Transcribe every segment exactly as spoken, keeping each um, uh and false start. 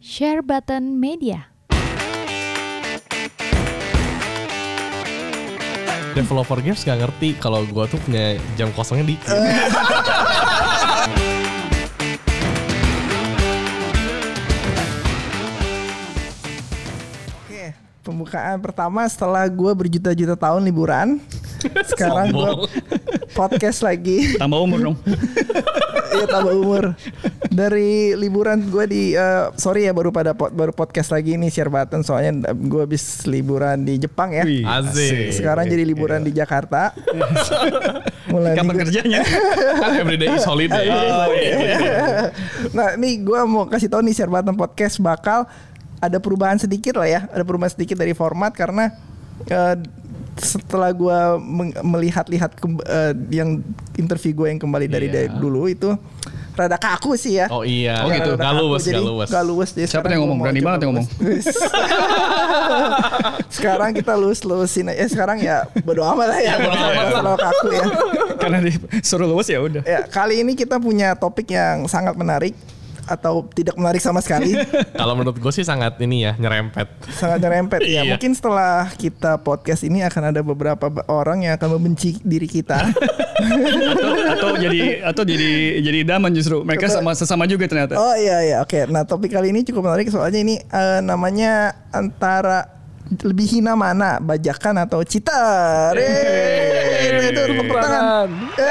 Share Button Media. Developer games gak ngerti kalau gue tuh punya jam kosongnya dikit. Oke, pembukaan pertama setelah gue berjuta-juta tahun liburan. Sekarang gue podcast lagi. Tambah umur dong. Iya, tambah umur. Dari liburan gue di uh, sorry ya baru pada pod, baru podcast lagi nih Share Button, soalnya gue habis liburan di Jepang ya. Wih, Asik. Sekarang jadi liburan di Jakarta. Mulai kapan minggu- kerjanya? Kan everyday is holiday. Oh, iya. Nah, nih gue mau kasih tahu nih Share Button podcast bakal ada perubahan sedikit lah ya, ada perubahan sedikit dari format karena uh, setelah gue meng- melihat-lihat ke- uh, yang interview gue yang kembali dari, Iya. dari dulu itu rada kaku sih ya. Oh iya. Oh gitu. Rada Gak kaku, luwes, jadi gak luwes. gak luwes. Jadi Siapa sekarang yang gua ngomong? mau Berani coba banget yang ngomong. luwes. Sekarang kita luwes-luwesin aja. Eh, sekarang ya bodo amat lah ya. bodo amat. Selalu kaku ya. Karena disuruh luwes ya udah. Ya, kali ini kita punya topik yang sangat menarik atau tidak menarik sama sekali. Kalau menurut gue sih sangat ini ya, nyerempet. Sangat nyerempet ya. Iya. Mungkin setelah kita podcast ini akan ada beberapa orang yang akan membenci diri kita. atau, atau jadi atau jadi jadi idaman justru. Mereka sama sesama juga ternyata. Oh iya iya oke. Nah, topik kali ini cukup menarik soalnya ini eh, namanya antara lebih hina mana, bajakan atau cheater. Yeay. Itu itu tepuk tangan.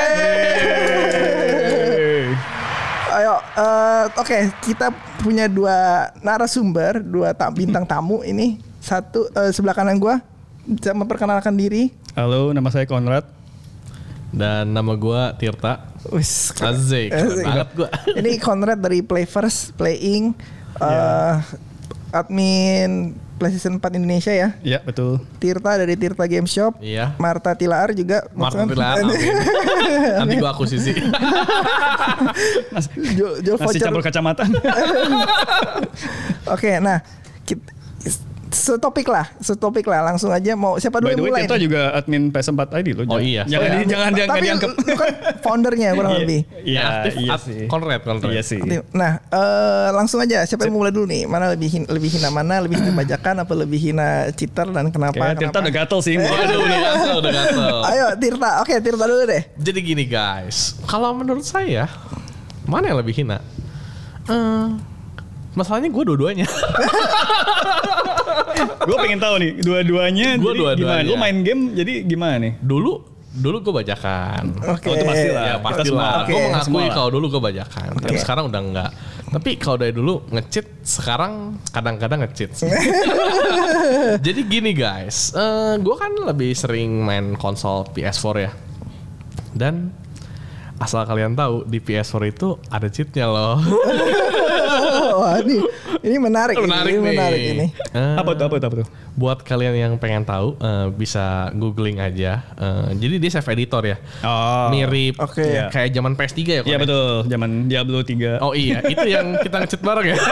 Yeay. Ayo, eh, oke, kita punya dua narasumber, dua ta- bintang tamu ini. Satu eh, sebelah kanan gua bisa memperkenalkan diri. Halo, nama saya Konrad. Dan nama gue Tirta. Wis, Asik, keren banget gue. Ini Konrad dari Play First Playing, eh, admin PlayStation empat Indonesia ya. Iya, betul. Tirta dari Tirta Game Shop. Iya. Marta Tilaar juga. Martin maksudnya- Pilar, amin. Nanti gue akuisisi. Jual, jual Nasi voucher. campur kacamata. Oke, nah kita, setopik lah, setopik lah. Langsung aja mau siapa dulu By the yang way, mulai? Tirta nih? juga admin P S empat I D loh. Oh iya. Jangan Oh, di, ya. jangan jangan Tapi dianggap. lu kan foundernya kurang lebih. Iya, Aktif, iya at- sih. Konrad, Konrad. Iya sih. Nah, eh, langsung aja. Siapa yang mulai dulu nih? Mana lebih hin- lebih hina mana? Lebih hina bajakan apa lebih hina cheater dan kenapa? Kayak Tirta kenapa? udah gatel sih. Waduh, udah gatel, udah gatel. Ayo Tirta. Oke, Tirta dulu deh. Jadi gini guys, kalau menurut saya mana yang lebih hina? Eh, masalahnya gue dua-duanya. Gue pengen tahu nih, dua-duanya. Gua jadi dua-duanya. Gimana? Lu main game jadi gimana nih? Dulu, dulu gue bajakan. Oke. Oh, itu pasti lah. Ya Kita pasti semua. lah. Oke. Gue mengakui Semua lah. kalau dulu gue bajakan. Tapi Oke. sekarang udah enggak. Tapi kalau dari dulu nge-cheat, sekarang kadang-kadang nge-cheat. Jadi gini guys, eh gue kan lebih sering main konsol P S four ya. Dan asal kalian tahu di P S four itu ada cheatnya loh. Wah, ini ini menarik. ini, menarik ini nih. menarik ini. Eh, Apa tuh? Apa tuh? Apa tuh? Buat kalian yang pengen tahu, eh, bisa googling aja. Eh, jadi dia save editor ya. Oh. Mirip Oke. Iya. kayak zaman P S tiga ya. Kon, Iya ya? betul, zaman Diablo tiga. Oh iya, itu yang kita nge-cheat bareng ya.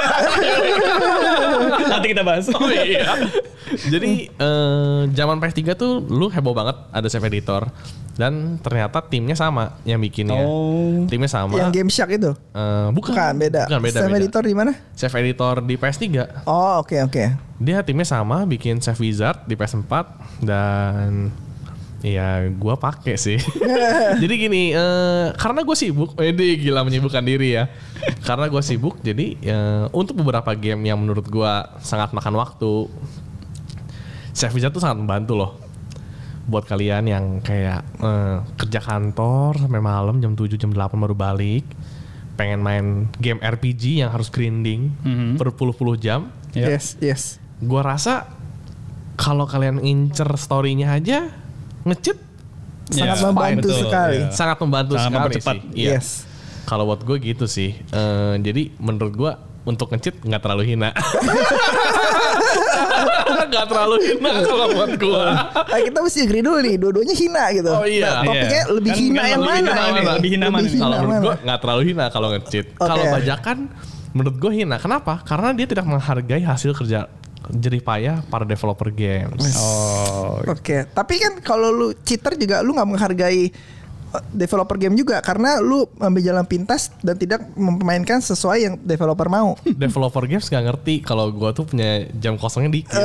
Nanti kita bahas. Oh iya. Jadi eh, zaman P S tiga tuh lu heboh banget ada save editor. Dan ternyata timnya sama yang bikinnya. Oh. Timnya sama. Yang Game Shark itu? Eh, bukan. Bukan, beda. Bukan, beda, Save beda. editor di mana? Save editor di P S tiga. Oh, oke oke. Dia timnya sama, bikin Save Wizard di P S empat dan ya gua pakai sih. Jadi gini, eh, karena gue sibuk, ini gila menyibukkan diri ya. Karena gue sibuk, jadi eh, untuk beberapa game yang menurut gua sangat makan waktu, Save Wizard tuh sangat membantu loh. Buat kalian yang kayak eh, kerja kantor sampai malam jam tujuh jam delapan baru balik, pengen main game R P G yang harus grinding Mhm. berpuluh-puluh jam. Iya. Yes yes. Gua rasa kalau kalian incer story-nya aja nge-cheat Sangat Ya, membantu betul, sekali. ya. sangat membantu Sangat sekali mempercepat. sih. Iya. Yes. Kalau buat gue gitu sih. Eh, jadi menurut gua untuk nge-cheat nggak terlalu hina. Nggak terlalu hina kalau buat gua. Nah, kita mesti agree dulu nih, dua-duanya hina gitu. Oh iya. Nah, topiknya Iya. lebih Kan- hina kan yang lebih mana? hina ini? mana? Lebih hina mana? Kalau menurut mana? gua nggak terlalu hina kalau nge-cheat. Oke. Kalau bajakan menurut gua hina. Kenapa? Karena dia tidak menghargai hasil kerja jerih payah para developer games. Oh. Oke, tapi kan kalau lu cheater juga lu nggak menghargai developer game juga karena lu ambil jalan pintas dan tidak memainkan sesuai yang developer mau. Developer games gak ngerti kalau gue tuh punya jam kosongnya dikit.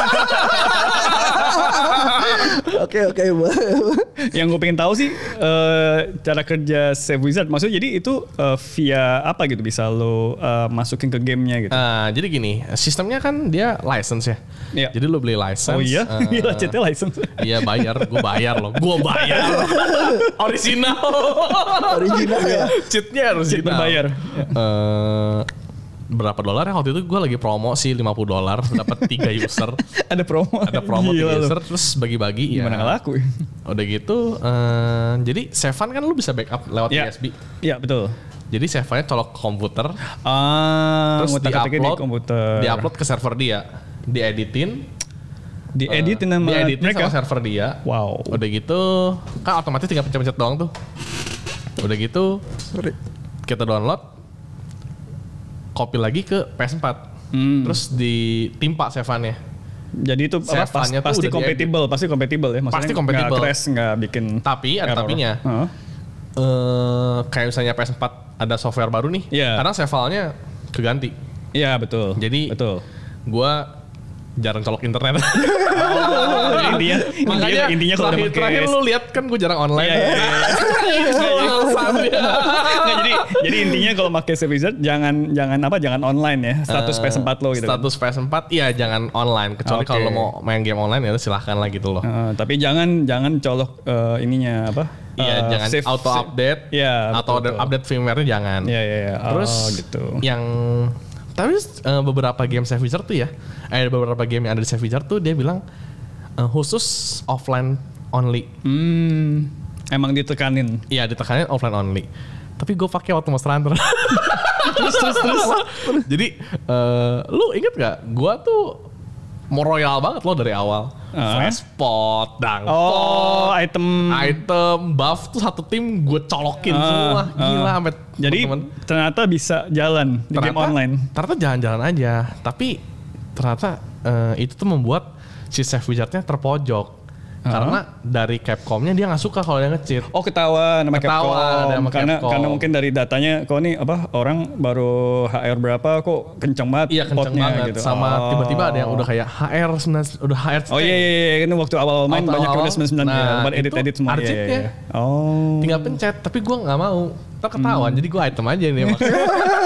Oke oke. Yang gue pengen tahu sih uh, cara kerja Save Wizard. Maksudnya jadi itu uh, via apa gitu bisa lo uh, masukin ke gamenya gitu. Uh, jadi gini, sistemnya kan dia license ya. Iya. Jadi lo beli license. Oh iya, uh, gila chatnya license. Iya bayar, gue bayar loh, gue bayar. Original. Original ya. Cheatnya harus Cheat berbayar. Uh, berapa dolar ya waktu itu gue lagi promo sih lima puluh dolar dapat tiga user. Ada promo. Ada promo Gila tiga lu. user terus bagi-bagi ya. Gimana nggak laku? Udah gitu uh, jadi save-an kan lu bisa backup lewat Iya. U S B. Iya betul. Jadi save-nya colok ke komputer Ah, terus ngutak-ngatik di-upload di komputer. di-upload ke server dia, dieditin, Dieditin uh, sama dieditin mereka. sama server dia. Wow. Udah gitu kan otomatis tinggal pencet-pencet doang tuh. Udah gitu Sorry. kita download, copy lagi ke P S four. Hmm. Terus ditimpa save-annya. Jadi itu apa, pas, Save-annya tuh pasti udah compatible, pasti compatible ya. Maksudnya Pasti compatible. Nggak crash, nggak bikin. Tapi ada error. tapinya. Heeh. Eh kayak misalnya P S four ada software baru nih. Iya. Kadang save file-nya keganti. Iya betul. Jadi betul. gua jarang colok internet. Jadi intinya, Makanya intinya, intinya kalau udah terakhir, pakai terakhir lu lihat kan gue jarang online. Iya, iya, iya. Alasannya. Nggak, jadi jadi intinya kalau pakai Save Wizard jangan jangan apa jangan online ya status P S four lo gitu. Status P S four iya jangan online kecuali Oke. kalau lo mau main game online ya silahkan lah gitu loh. Uh, tapi jangan jangan colok uh, ininya apa? Iya uh, jangan save- auto save- update Iya, atau betul, betul. update firmware-nya jangan. Iya iya iya. Oh, Terus gitu. yang tapi uh, beberapa game Save Wizard tuh ya, eh beberapa game yang ada di Save Wizard tuh dia bilang uh, khusus offline only. Hmm, emang ditekanin. Iya ditekanin offline only. Tapi gue pakai waktu Monster Hunter. terus terus terus. Jadi uh, lu inget gak? Gue tuh mau royal banget loh dari awal. Uh. Flash pot, dang Oh, item. item, buff tuh satu tim gue colokin Uh, semua. Gila uh. sampai Jadi temen-temen. ternyata bisa jalan di game online. Ternyata jalan-jalan aja. Tapi ternyata uh, itu tuh membuat si Save Wizard-nya terpojok. Uh-huh. Karena dari Capcom-nya dia nggak suka kalau dia nge-cheat. Oh ketawa nama Ketawa Capcom nama karena Capcom. karena mungkin dari datanya kok nih apa orang baru H R berapa kok kenceng banget Iya kenceng potnya banget. gitu. Sama Oh. tiba-tiba ada yang udah kayak H R sembilan udah H R. Oh iya iya iya kan waktu awal main banyak Awal-awal. udah sembilan puluh sembilan Nah, ya, buat itu edit-edit semua. Iya, iya, arsipnya. iya. Oh. Tinggal pencet. Tapi gue nggak mau. Ntar ketahuan. Hmm. Jadi gue item aja nih. Maksudnya.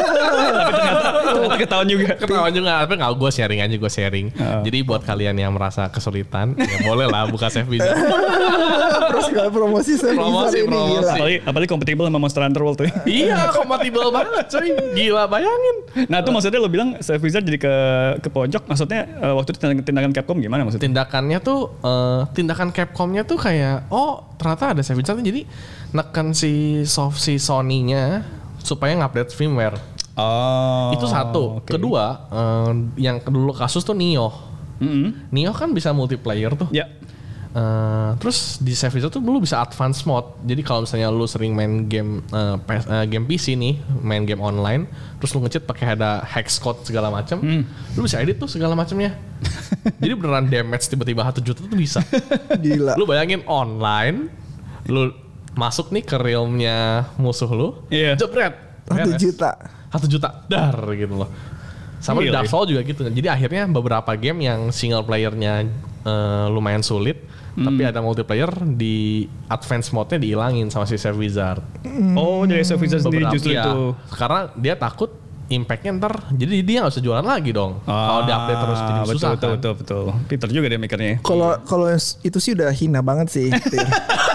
Ternyata ketahuan juga. Ketahuan juga. Tapi nggak gue sharing aja gue sharing. Oh. Jadi buat kalian yang merasa kesulitan, ya boleh lah buka Save Wizard. Terus kalau promosi Save Promosi, Wizard ini promosi. gila. Apalagi, apalagi kompatibel sama Monster Hunter World tuh. Iya, kompatibel banget coy. Gila, bayangin. Nah itu maksudnya lo bilang Save Wizard jadi ke ke pojok. Maksudnya uh, waktu itu tindakan, tindakan Capcom gimana maksudnya? Tindakannya tuh, eh, tindakan Capcom-nya tuh kayak, oh ternyata ada Save Wizard jadi neken si soft si Sony-nya supaya ngupdate firmware. Oh. Itu satu. oke. Kedua, eh, yang dulu kasus tuh Nioh. Mm-mm. Nioh kan bisa multiplayer tuh. Ya. Eh, terus di Save Wizard tuh lu bisa advance mode. Jadi kalau misalnya lu sering main game eh, P S, eh, game P C nih, main game online, terus lu nge-cheat pakai ada hex code segala macam, lu bisa edit tuh segala macamnya. Jadi beneran damage tiba-tiba satu juta tuh bisa. Gila. Lu bayangin online, lu masuk nih ke realmnya musuh lu, Iya. jebret, Satu beres. juta. Satu juta, dar gitu loh. Sama di Gila, Dark Souls juga gitu. Jadi akhirnya beberapa game yang single playernya eh, lumayan sulit, tapi ada multiplayer di advance mode-nya dihilangin sama si Save Wizard. Oh dari Save Wizard sendiri Beberapa- justru iya. itu. Karena dia takut impact-nya ntar, jadi dia nggak usah jualan lagi dong. Kalau di update terus jadi Ah, betul, susah betul, kan. betul, betul. Pinter juga dia mikirnya. Kalau kalau itu sih udah hina banget sih. Tir.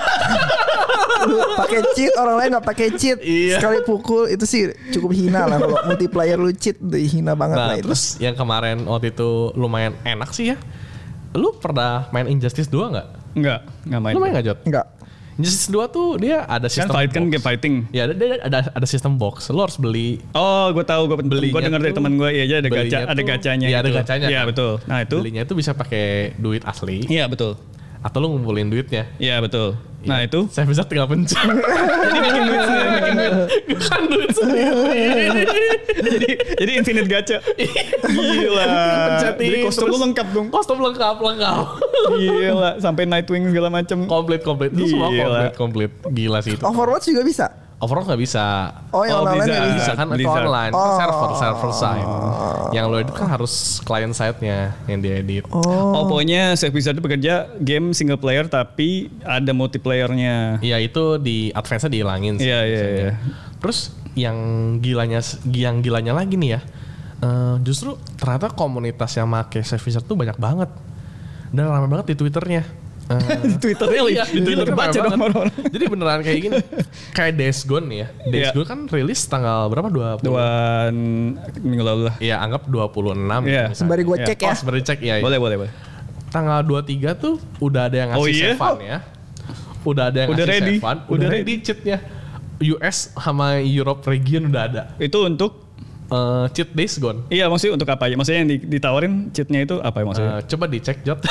Lu pakai cheat, orang lain nggak pakai cheat, Iya. sekali pukul itu sih cukup hina lah. Kalau multiplayer lu cheat udah hina banget Nah lah itu. terus yang kemarin waktu itu lumayan enak sih ya. Lu pernah main Injustice two nggak? Enggak, enggak main. Lu main nggak Jot? Enggak. Injustice two tuh dia ada Kan sistem fight kan box. game fighting. Ya ada, ada ada ada sistem box. Lu harus beli. Oh, gue tahu, gue Belinya gue dengar dari tuh- teman gue, iya, ada gacha, belinya ada tuh- gacanya. Iya, ada itu. gacanya Iya kan. betul. Nah itu, Belinya itu bisa pakai duit asli iya betul, atau lu ngumpulin duitnya. iya betul. Nah itu Saya bisa tinggal pencet. Jadi bikin duit sendiri, bikin duit. Bukan duit sendiri. jadi jadi infinite gacha. Gila. Pencetin, Jadi kostum lu terus lengkap dong. Kostum lengkap, lengkap. Gila, sampai Nightwing segala macam. Komplit, komplit. Itu semua Gila. komplit, komplit. Gila sih itu. Overwatch juga bisa. Overall nggak bisa. Oh, yang online Blizzard. nggak Bisa kan itu Blizzard. online, itu Oh. server, server side. Yang lo edit kan harus client side-nya yang diedit. Oh, pokoknya Chef Wizard itu bekerja game single player tapi ada multiplayer-nya. Iya itu di advance-nya dihilangin sih. Iya, iya, iya. Terus yang gilanya, yang gilanya lagi nih ya, eh, justru ternyata komunitas yang make Chef Wizard tuh banyak banget dan ramai banget di Twitternya. Eh, Di Twitter really? Iya, di Twitter baca baca dong orang-orang. Jadi beneran kayak gini. Kayak Days Gone nih ya. Days Iya. Gone kan rilis tanggal berapa? dua puluh. Dua minggu lalu lah. Iya, anggap dua puluh enam. Iya. misalnya. Sembari gue Iya. cek Oh, ya. sembari cek ya. Boleh, boleh, boleh. Tanggal dua puluh tiga tuh udah ada yang ngasih Oh, iya? Sevan ya. Udah ada yang Udah ngasih ready? Sevan. Udah Udah ready cheatnya. U S sama Europe region udah ada. Itu untuk Eh, cheat Days Gone. iya maksudnya untuk apa ya? Maksudnya yang di- ditawarin cheatnya itu apa ya maksudnya? Eh, coba dicek Jot.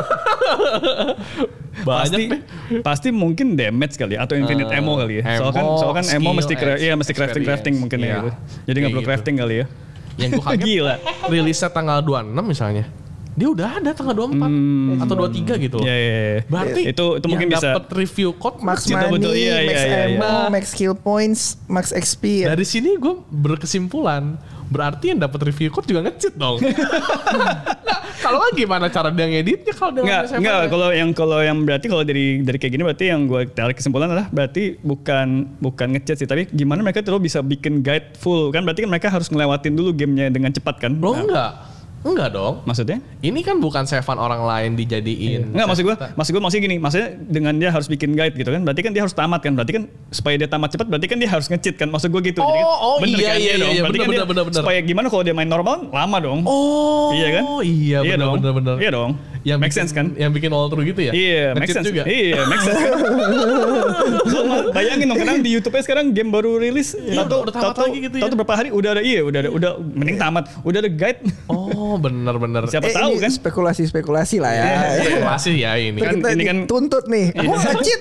pasti Banyak deh. pasti mungkin damage kali ya atau infinite Eh, ammo kali ya. Soal kan ammo, soal kan ammo skill, mesti cra- iya mesti crafting crafting experience. mungkin ya Iya. gitu. Jadi nggak Kayak perlu gitu. crafting kali ya. Yang gue kaget Gila. rilisnya tanggal dua puluh enam misalnya. Dia udah ada tanggal dua puluh empat atau dua puluh tiga gitu loh. Iya iya iya. Berarti itu itu mungkin yang bisa dapat review code Max Cinta money, betul, iya, max iya, iya, ammo, iya. max skill points, max X P. Ya. dari sini gue berkesimpulan berarti yang dapat review code juga nge-cheat dong. Nah, kalau nggak gimana cara dia ngeditnya kalau dia Enggak, nggak bisa enggak pakai? kalau yang kalau yang berarti kalau dari dari kayak gini berarti yang gue tarik kesimpulan adalah berarti bukan bukan ngechat sih tapi gimana mereka terus bisa bikin guide full kan berarti kan mereka harus ngelewatin dulu gamenya dengan cepat kan? Lo Nah, enggak. Enggak dong. maksudnya? Ini kan bukan Sevan orang lain dijadiin. Enggak maksud gue, Kita- maksud gue maksudnya gini, maksudnya dengan dia harus bikin guide gitu kan, berarti kan dia harus tamat kan, berarti kan supaya dia tamat cepat, berarti kan dia harus nge-cheat kan, maksud gue gitu. Oh, Jadi kan, oh, bener iya, kan? iya, dong. iya, Berarti bener, kan dia, bener, bener, bener. supaya gimana kalau dia main normal, lama dong. Oh. Iya kan? Iya, Iya benar dong. benar benar. Iya dong. Yang Make bikin- sense kan? Yang bikin all through gitu ya? Iya, make Nge-cheat sense juga. Iya, make sense kan. Lu bayangin dong, karena di YouTube-nya sekarang game baru rilis, Iya, tahu udah tamat tahu lagi gitu ya. tahu berapa hari udah ada iya, udah ada udah mending tamat, udah ada guide. Oh, benar benar. Siapa Eh, tahu ini kan? spekulasi-spekulasi lah ya. Spekulasi ya ini. Ntar Kan- kita ini kan- dituntut nih. Ini- Oh, cheat.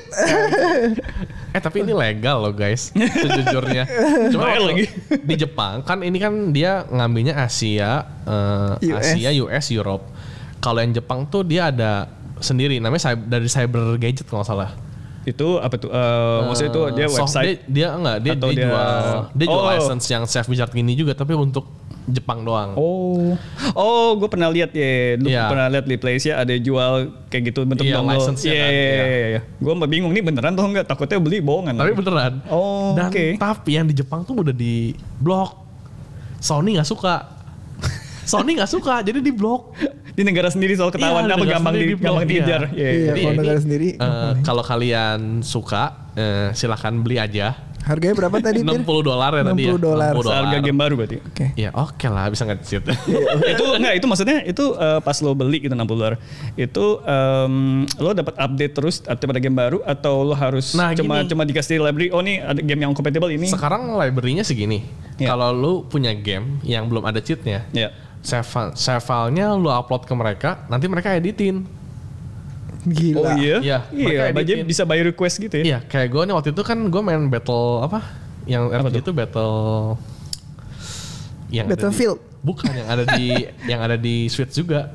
Eh tapi ini legal loh guys, sejujurnya. Cuma Bayar waktu lagi. di Jepang kan ini kan dia ngambilnya Asia, eh, U S. Asia, U S, Europe. Kalau yang Jepang tuh dia ada sendiri, namanya cyber, dari Cyber Gadget kalau nggak salah. Itu apa tuh? Eh, maksudnya itu dia Eh, soft- website. Dia, dia enggak, dia, Atau dia, dia- jual, dia jual Oh. license yang Chef Wizard gini juga, tapi untuk Jepang doang. Oh, oh, gue pernah lihat ya, lu Iya. pernah lihat di Place ya ada jual kayak gitu bentuk Iya, dongle. license-nya Iya, kan, iya, iya. iya, iya. Gue bingung nih beneran atau enggak? Takutnya beli bohongan. Tapi beneran. Oh, Dan oke. tapi yang di Jepang tuh udah di blok. Sony nggak suka. Sony nggak suka, jadi di blok. Di negara sendiri soal ketahuan Iya, apa negara gampang sendiri di, di blok, gampang iya. dikejar. Iya, iya. Iya, Jadi kalau ini, negara sendiri. eh, kalau kalian suka, eh, silakan beli aja. Harganya berapa tadi, enam Pir? puluh dolar ya tadi ya. enam puluh dolar. enam puluh Harga game baru berarti. Oke. Ya oke lah, bisa nge-cheat. itu enggak itu maksudnya itu eh, pas lo beli gitu enam puluh dolar. Itu em, lo dapat update terus update pada game baru atau lo harus Nah, cuma gini. cuma dikasih library oh nih ada game yang compatible ini. Sekarang library-nya segini. Iya. Kalau lu punya game yang belum ada cheat-nya, Ya. save file- save file-nya lu upload ke mereka, nanti mereka editin. Gila. Oh iya. Iya, mereka Iya, budget editin. bisa by request gitu ya. Iya, kayak gue nih waktu itu kan gue main battle apa? Yang Apa R P G tuh? itu battle yang ada di- Battlefield. bukan yang ada di yang ada di Switch juga.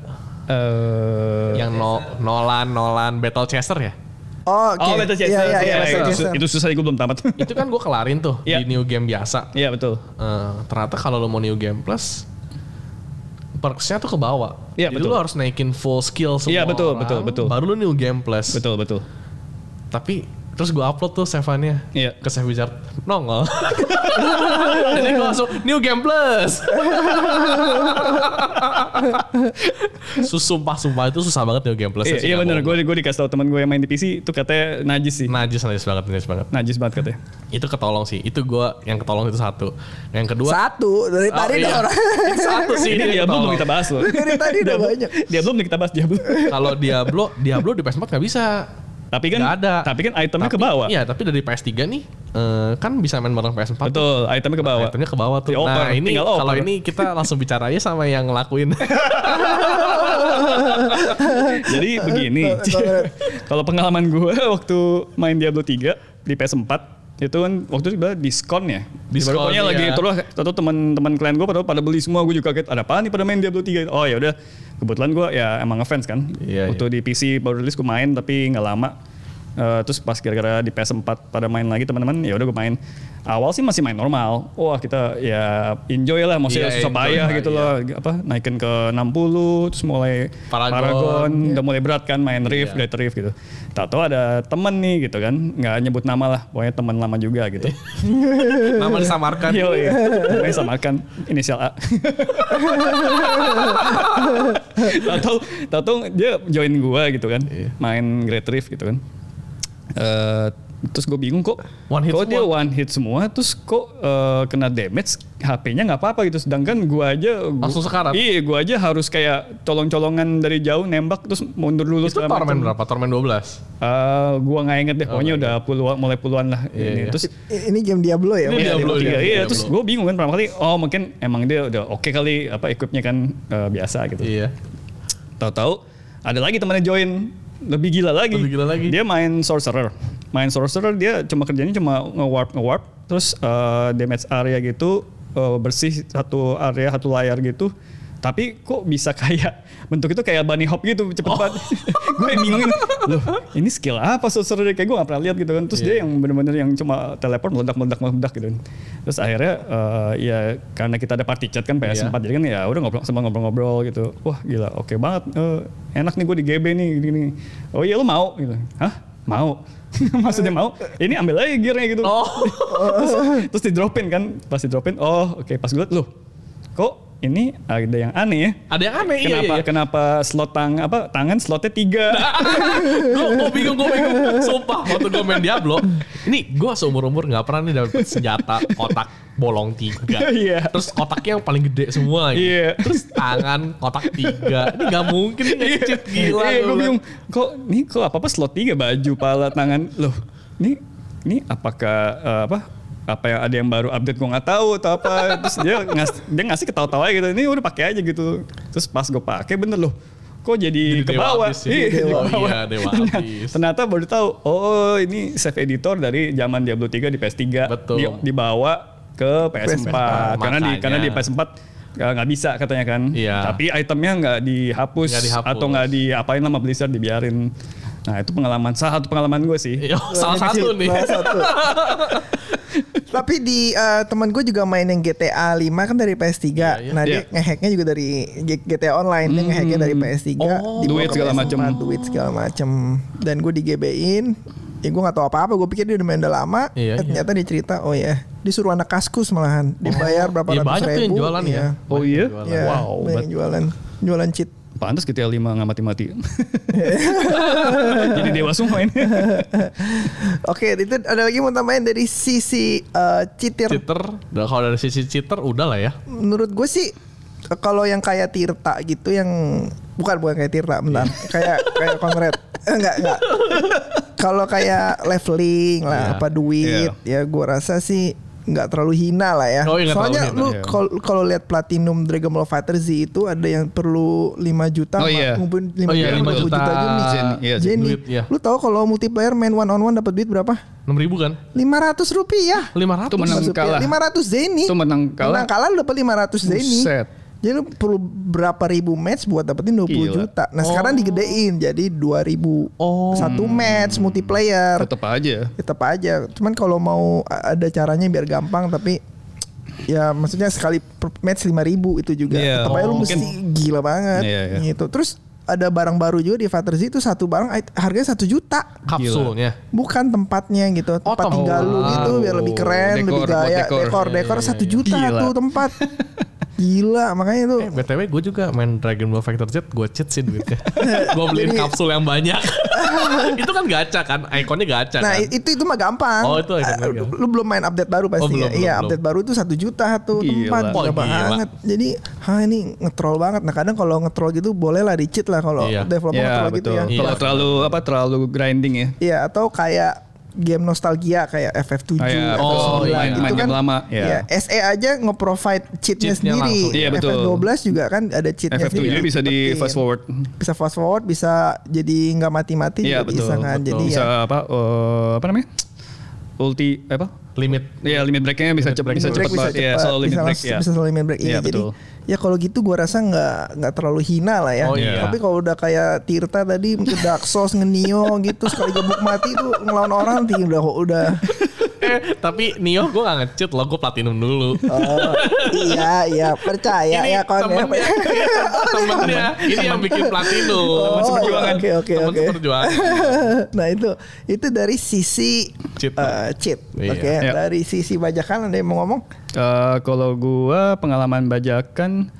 Eh, Yang no, Nolan Nolan Battle Chaser ya. Oh, oke. Oh, Battle Chaser. Iya, iya, iya, Iya, Battle itu, Chaser. itu susah gue belum tamat. Itu kan gue kelarin tuh Iya. di new game biasa. Iya, betul. Eh, ternyata kalau lo mau new game plus perksnya tuh ke bawah. Iya, Jadi betul. lo harus naikin full skill semua Iya, betul, orang, betul, betul. Baru lo new game plus. Betul, betul. Tapi terus gue upload tuh save-nya Iya. ke Save Wizard nongol. Jadi gue langsung new game plus. Sumpah sumpah itu susah banget new game plus. Iya, iya benar. Gue gue dikasih tau teman gue yang main di P C itu katanya najis sih. Najis najis banget najis banget. Najis banget katanya. Itu ketolong sih. Itu gue yang ketolong itu satu. Yang kedua Satu dari Oh, tadi iya. dah orang. Itu satu sih. Ini yang Diablo ketolong. belum kita bahas loh. Dari tadi udah banyak. Diablo belum kita bahas Diablo. Kalau Diablo, Diablo di P S empat nggak bisa. Tapi kan Nggak ada. Tapi kan itemnya Tapi- ke bawah. Iya, tapi dari P S tiga nih eh, kan bisa main bareng P S empat. Betul, itemnya ke bawah. Itemnya ke bawah tuh. Dioper, Nah ini tinggal kalau oper. ini kita langsung bicara aja sama yang ngelakuin. Jadi begini. Kalau pengalaman gue waktu main Diablo tiga di P S empat itu kan waktu itu tiba diskon ya. Diskon, Pokoknya lagi iya. terus atau teman-teman klien gue pada pada beli semua, gue juga kaget ada apa nih pada main Diablo tiga. Oh ya udah, kebetulan gue ya emang ngefans kan. Iya, waktu di P C baru rilis gue main tapi nggak lama. Eh, terus pas gara-gara di P S empat pada main lagi teman-teman, ya udah gue main. Awal sih masih main normal. Wah kita ya enjoy lah, maksudnya Iya, susah enjoy payah lah, gitu iya. loh. Apa naikin ke enam puluh, terus mulai Paragon. Paragon, udah mulai berat kan main Rift, Iya. Great Rift gitu. Tahu-tahu ada temen nih gitu kan, nggak nyebut nama lah, pokoknya teman lama juga gitu. Nama disamarkan. Yo, iya. Namanya samakan inisial A. Tahu-tahu, tahu-tahu dia join gua gitu kan, Iya. main Great Rift gitu kan. Eh, terus gue bingung kok, One hit kok dia semua. one hit semua, terus kok eh, kena damage, H P-nya nggak apa-apa gitu, sedangkan gua aja, gua, Langsung sekarat. Iya, gua aja harus kayak colong-colongan dari jauh nembak terus mundur dulu. Itu segala Torment macam. berapa? Torment dua belas. Eh, gua nggak inget deh, pokoknya nggak udah puluhan, mulai puluhan lah. Iya, ini. iya. Terus Ini game Diablo ya. Ini Bang? Diablo, Iya, iya, iya, Diablo. terus gue bingung kan pertama kali, oh mungkin emang dia udah oke kali, apa equipnya kan eh, biasa gitu. Iya. Tahu-tahu ada lagi temannya join, lebih gila lagi. Lebih gila lagi. Dia main sorcerer. Main sorcerer dia cuma kerjanya cuma nge-warp nge-warp terus eh, damage area gitu, eh, bersih satu area satu layar gitu. Tapi kok bisa kayak bentuk itu kayak bunny hop gitu cepet banget. Gue bingungin, loh ini skill apa sorcerer kayak gue gak pernah lihat gitu kan. Terus Iya. dia yang bener-bener yang cuma teleport meledak meledak meledak gitu. Terus akhirnya eh, ya karena kita ada party chat kan P S empat, Iya. jadi kan ya udah ngobrol sama ngobrol-ngobrol gitu. Wah gila, oke banget. Eh, enak nih gue di G B nih gini. Oh iya lu mau gitu. Hah? Mau. Maksudnya mau? Ini ambil aja gearnya gitu. Oh. terus, terus di dropin kan. Pas di dropin, oh oke pas gue liat, loh kok ini ada yang aneh ya. Ada yang aneh, iya, Kenapa iya, iya. kenapa slot tang apa tangan slotnya tiga? Gue bingung, gue bingung. Sumpah, waktu gue main Diablo, ini gue seumur-umur gak pernah nih dapet senjata kotak bolong tiga. Iya. Terus kotaknya yang paling gede semua lagi. Iya. Terus tangan kotak tiga. Ini gak mungkin nih nge-cheat, gila. Iya, gue gua bingung. Kok nih kok apa apa slot tiga baju, pala, tangan. Loh, nih nih apakah eh, apa apa yang ada yang baru update gue nggak tahu atau apa. Terus dia ngas, dia ngasih ketawa-tawa gitu. Ini udah pakai aja gitu. Terus pas gue pakai bener loh. Kok jadi, Jadi ke dewa bawah? abis ya. Iya, Dewa, jadi ke bawah. iya, dewa Ternyata- abis. Ternyata baru tahu. Oh, ini save editor dari zaman Diablo tiga di P S tiga. Betul. Di, dibawa ke P S empat. Karena di Makanya. karena di P S empat nggak nggak bisa katanya kan. Iya. Tapi itemnya nggak dihapus, Nggak dihapus. atau nggak diapain sama Blizzard, dibiarin. Nah itu pengalaman, salah satu pengalaman gue sih. Yo, salah satu nih. Salah satu. Tapi di eh, teman gue juga main yang G T A lima kan dari P S tiga. Iya, iya. Nah Iya. dia ngehacknya juga dari G- GTA Online. Dia ngehacknya dari P S tiga. Oh, dibawa duit ke segala P S macem. empat, Duit segala macem. Dan gue di G B-in. Ya gue gak tahu apa-apa. Gue pikir dia udah main udah lama. Iya, Eh, iya. ternyata dia cerita. Oh ya, disuruh anak kaskus malahan. Dibayar berapa Iya, ratus banyak tuh ribu. yang jualan ya. Oh Banyak iya? yang jualan. Iya, Wow, banyak yang jualan. Jualan cheat. Pantas G T A lima nggak mati-mati. Jadi dewa semua ini. Oke, itu ada lagi mau tambahin dari sisi eh, cheater. Cheater, dan kalau dari sisi cheater udah lah ya. Menurut gue sih eh, kalau yang kayak Tirta gitu yang bukan bukan kayak Tirta, bentar. kayak kayak Conrad. Eh, enggak, enggak. Kalau kayak leveling lah, Iya. apa duit, ya gue rasa sih nggak terlalu hina lah ya. Oh, iya, nggak Soalnya terlalu lu hina. Iya. kalau kalau lihat Platinum Dragon Ball Fighter Z itu ada yang perlu lima juta, Oh, ma- iya. ngumpulin lima Oh, iya, juta, lima lima puluh juta juta Juni. Zen- iya, Zen Jenny. duit, iya. Lu tahu kalau multiplayer main one on one dapat duit berapa? enam ribu kan? lima ratus rupiah. lima ratus. Itu menang kalah. lima ratus Zeni. Itu menang kalah. Menang kalah lu dapat lima ratus Zeni. Buset. Jadi lu perlu berapa ribu match buat dapetin dua puluh Gila. juta. Nah, sekarang digedein jadi dua ribu. Oh. Satu match multiplayer. Tetap aja. Tetap aja. Cuman kalau mau a- ada caranya biar gampang tapi ya maksudnya sekali per match lima ribu itu juga. Iya. Tetap aja lu Oh, mesti mungkin- gila banget Iya, iya. gitu. Terus ada barang baru juga di Fighter Z itu satu barang it- harganya satu juta. Kapsulnya. Bukan tempatnya gitu, tempat tempat. tinggal lu gitu biar lebih keren, Dekor, lebih buat gaya, dekor. dekor, dekor Iya, iya, satu iya. juta Gila. tuh tempat. Gila, makanya tuh. Eh B T W gue juga main Dragon Ball Fighter Z, gue cheat sih duitnya. Gue beliin Jadi- kapsul yang banyak. Itu kan gacha kan, ikonnya gacha Nah kan. itu itu mah gampang. Oh, itu ikonnya Eh, gampang. Lu belum main update baru pasti Oh, belum, ya. belum, Iya belum. update baru itu satu juta tuh Gila. tempat Oh, berapa gila. banget. Jadi ha ini ngetrol banget. Nah kadang kalau ngetrol gitu boleh lah di cheat lah kalau Iya. developer Ya ngetrol gitu betul. ya. Kalau Iya. terlalu apa terlalu grinding ya. Iya atau kayak game nostalgia kayak F F tujuh, Ah, iya. F F Oh, sembilan iya. gitu Main kan. game lama, ya. Iya, S E aja nge-provide cheatnya Cheatnya sendiri. langsung. Iya, F betul. F dua belas juga kan ada cheatnya F F tujuh sendiri. bisa di Dicepetin. fast forward. Bisa fast forward, bisa jadi nggak mati-mati Iya juga betul. bisa kan. betul. Jadi Bisa ya apa eh, apa namanya? Ulti apa? Limit. Iya limit breaknya bisa cepat bisa limit break cepat banget. Iya, cepat, selalu limit bisa break langsung- ya. bisa selalu limit break. Iya, Iya, jadi betul. ya kalau gitu gua rasa nggak nggak terlalu hina lah ya. Oh, iya. Tapi kalau udah kayak Tirta tadi mungkin Dark Souls ngenio gitu sekali gebuk mati tuh ngelawan orang nanti udah udah Eh tapi Nioh gue gak nge-cheat loh, gue platinum dulu. oh, iya iya percaya Ini ya kon ya. temennya, temennya, ini yang bikin platinum. Oh, seperjuangan. oke, oke, Temen oke. seperjuangan. Nah itu itu dari sisi Cheat. eh, cheat. Iya. Oke, Iya. dari sisi bajakan ada yang mau ngomong? Eh, kalau gua pengalaman bajakan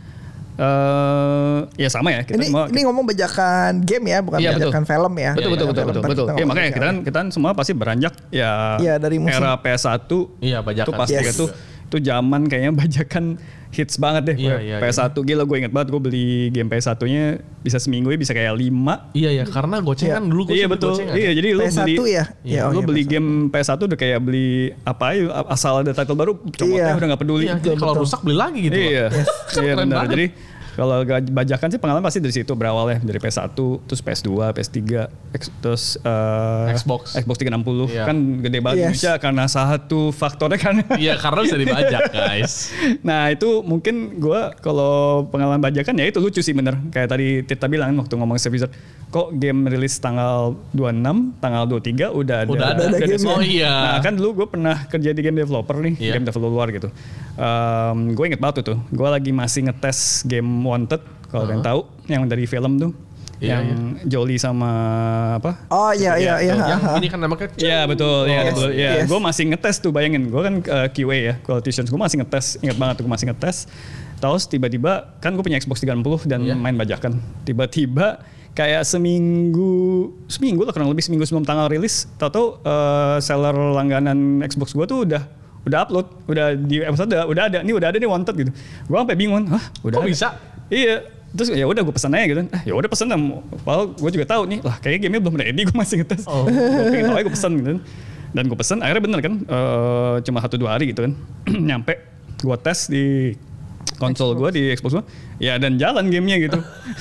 eh ya sama ya kita Ini semua ini ngomong bajakan game ya, bukan Iya, betul. bajakan film ya. betul betul Bajakan betul film. betul Ntar betul. kita Ya ngomong makanya kita bajakan. kita semua pasti beranjak ya Iya, dari musim. era P S satu. Iya, bajakan. Itu pasti Yes. itu itu zaman kayaknya bajakan hits banget deh. Iya, iya, P S satu gila gue inget banget gue beli game P S satu-nya bisa seminggu ya bisa kayak lima. Iya ya, karena goceng Iya. kan dulu gue Iya betul. Iya jadi lu P S satu beli ya? Iya, Ya, oh lu iya, beli P S satu. game P S satu udah kayak beli apa ya asal ada title baru comotnya Iya. udah gak peduli. Iya, jadi kalau betul. rusak beli lagi gitu. loh. Iya, iya Keren benar. banget. Jadi kalau gak bajakan sih pengalaman pasti dari situ berawal ya dari P S satu, terus P S dua, P S tiga, X- terus eh, Xbox. Xbox tiga enam puluh Iya. kan gede banget Yes. Indonesia karena salah satu faktornya kan. Iya, karena bisa dibajak guys. Nah itu mungkin gue kalau pengalaman bajakan ya itu lucu sih bener. Kayak tadi Tirta bilang waktu ngomong Save Wizard, kok game rilis tanggal dua puluh enam, tanggal dua puluh tiga udah ada. Udah ada. Udah ada game-nya. Oh iya. Nah kan dulu gue pernah kerja di game developer nih, Iya. game developer luar gitu. Um, gue inget banget tuh, gue lagi masih ngetes game Wanted, kalau ada yang tahu, yang dari film tuh. Iya, yang Jolie sama apa? Oh iya iya iya. Yang ini kan nama kecil. Iya betul, ya Yes, betul. Ya, yes. gue masih ngetes tuh, bayangin. Gue kan uh, Q A ya, quality assurance. Gue masih ngetes, ingat banget tuh gue masih ngetes. Terus tiba-tiba kan gue punya Xbox tiga enam puluh dan Iya. main bajakan. Tiba-tiba kayak seminggu, seminggu lah kurang lebih seminggu sebelum tanggal rilis, tahu-tahu uh, seller langganan Xbox gue tuh udah udah upload, udah di episode udah, udah ada, nih udah ada nih Wanted gitu. Gue sampai bingung, hah udah Kok ada? bisa? Iya. Terus ya udah gue pesan aja gitu. Ah, ya udah pesan lah. Padahal gue juga tahu nih, lah kayaknya gamenya belum ready, gue masih ngetes. Oh. Gue pengen tahu aja gue pesan gitu. Dan gue pesan akhirnya bener kan, eh, cuma satu dua hari gitu kan. Nyampe, gue tes di konsol gue di Xbox gue, ya dan jalan gamenya gitu.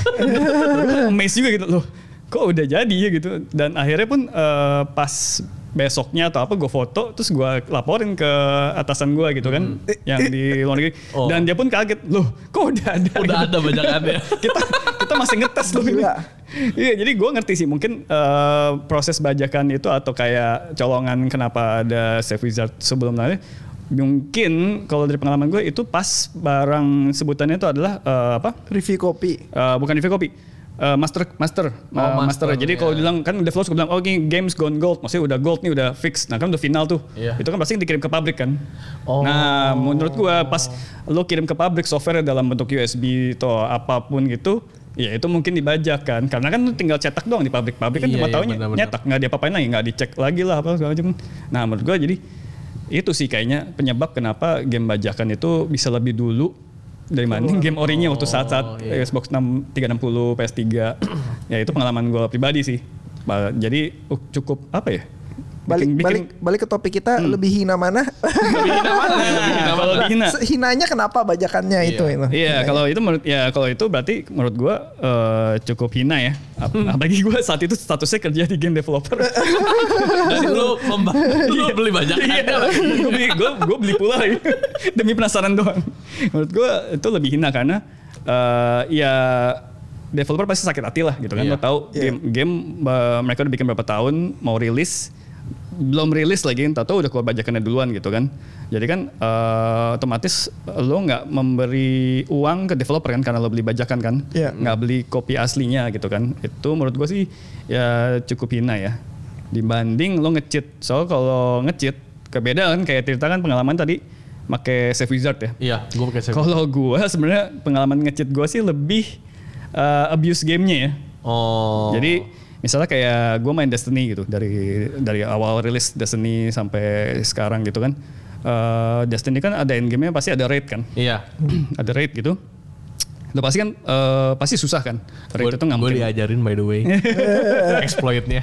Amazed juga gitu loh. Kok udah jadi ya gitu. Dan akhirnya pun eh, pas besoknya atau apa gue foto terus gue laporin ke atasan gue gitu kan yang di luar negeri Oh. dan dia pun kaget loh kok udah ada Udah gitu. ada bajakannya. kita kita masih ngetes loh ini. Gila. Iya jadi gue ngerti sih mungkin eh, proses bajakan itu atau kayak colongan kenapa ada Save Wizard sebelum nanti mungkin kalau dari pengalaman gue itu pas barang sebutannya itu adalah eh, apa Review kopi. Eh, bukan review kopi. Eh, master master Oh, Eh, master, master. Jadi iya. kalau bilang kan developer suka bilang oh ini games gone gold, maksudnya udah gold nih udah fix. Nah kan udah final tuh. Iya. Itu kan pasti dikirim ke pabrik kan. Oh. Nah menurut gua pas lo kirim ke pabrik software dalam bentuk U S B atau apapun gitu, ya itu mungkin dibajak kan. Karena kan lu tinggal cetak doang di pabrik. Pabrik kan Iya, cuma iya, taunya benar-benar. nyetak, nggak diapa-apain lagi, nggak dicek lagi lah apa segala macam. Nah menurut gua jadi itu sih kayaknya penyebab kenapa game bajakan itu bisa lebih dulu dari banding game orinya waktu saat-saat iya. Xbox enam, tiga enam puluh, P S tiga. Ya itu pengalaman gue pribadi sih. Ba- Jadi uh, cukup apa ya? Balik Bikin- balik bikin- balik ke topik kita lebih hina mana? Lebih hina mana? Lebih hina Nah, kalau mana? lebih hina. Hinanya kenapa bajakannya Iya. itu itu? Iya, kalau itu menurut ya kalau itu berarti menurut gua eh, cukup hina ya. Ap- Apalagi gua saat itu statusnya kerja di game developer. Dan lu memba- lu beli bajakannya lagi. gue beli, gua, gua beli pula lagi demi penasaran doang. Menurut gua itu lebih hina karena eh, ya developer pasti sakit hati lah gitu kan. Iya. Lo tahu Iya. game game eh, mereka udah bikin berapa tahun mau rilis belum rilis lagi, tahu udah keluar bajakannya duluan gitu kan. Jadi kan eh, otomatis lo nggak memberi uang ke developer kan karena lo beli bajakan kan, Iya. nggak beli kopi aslinya gitu kan. Itu menurut gue sih ya cukup hina ya. Dibanding lo nge-cheat. Soal kalau nge-cheat kebeda kan kayak Tirta kan pengalaman tadi pakai Save Wizard ya. Iya, gue pakai Save. Kalau gue sebenarnya pengalaman nge-cheat gue sih lebih uh, abuse gamenya ya. Oh. Jadi misalnya kayak gue main Destiny gitu dari dari awal rilis Destiny sampai sekarang gitu kan. Uh, Destiny kan ada end game-nya pasti ada raid kan. Iya. Ada raid gitu. Lo pasti kan uh, pasti susah kan. Raid itu nggak Gue mungkin. diajarin by the way. Exploitnya.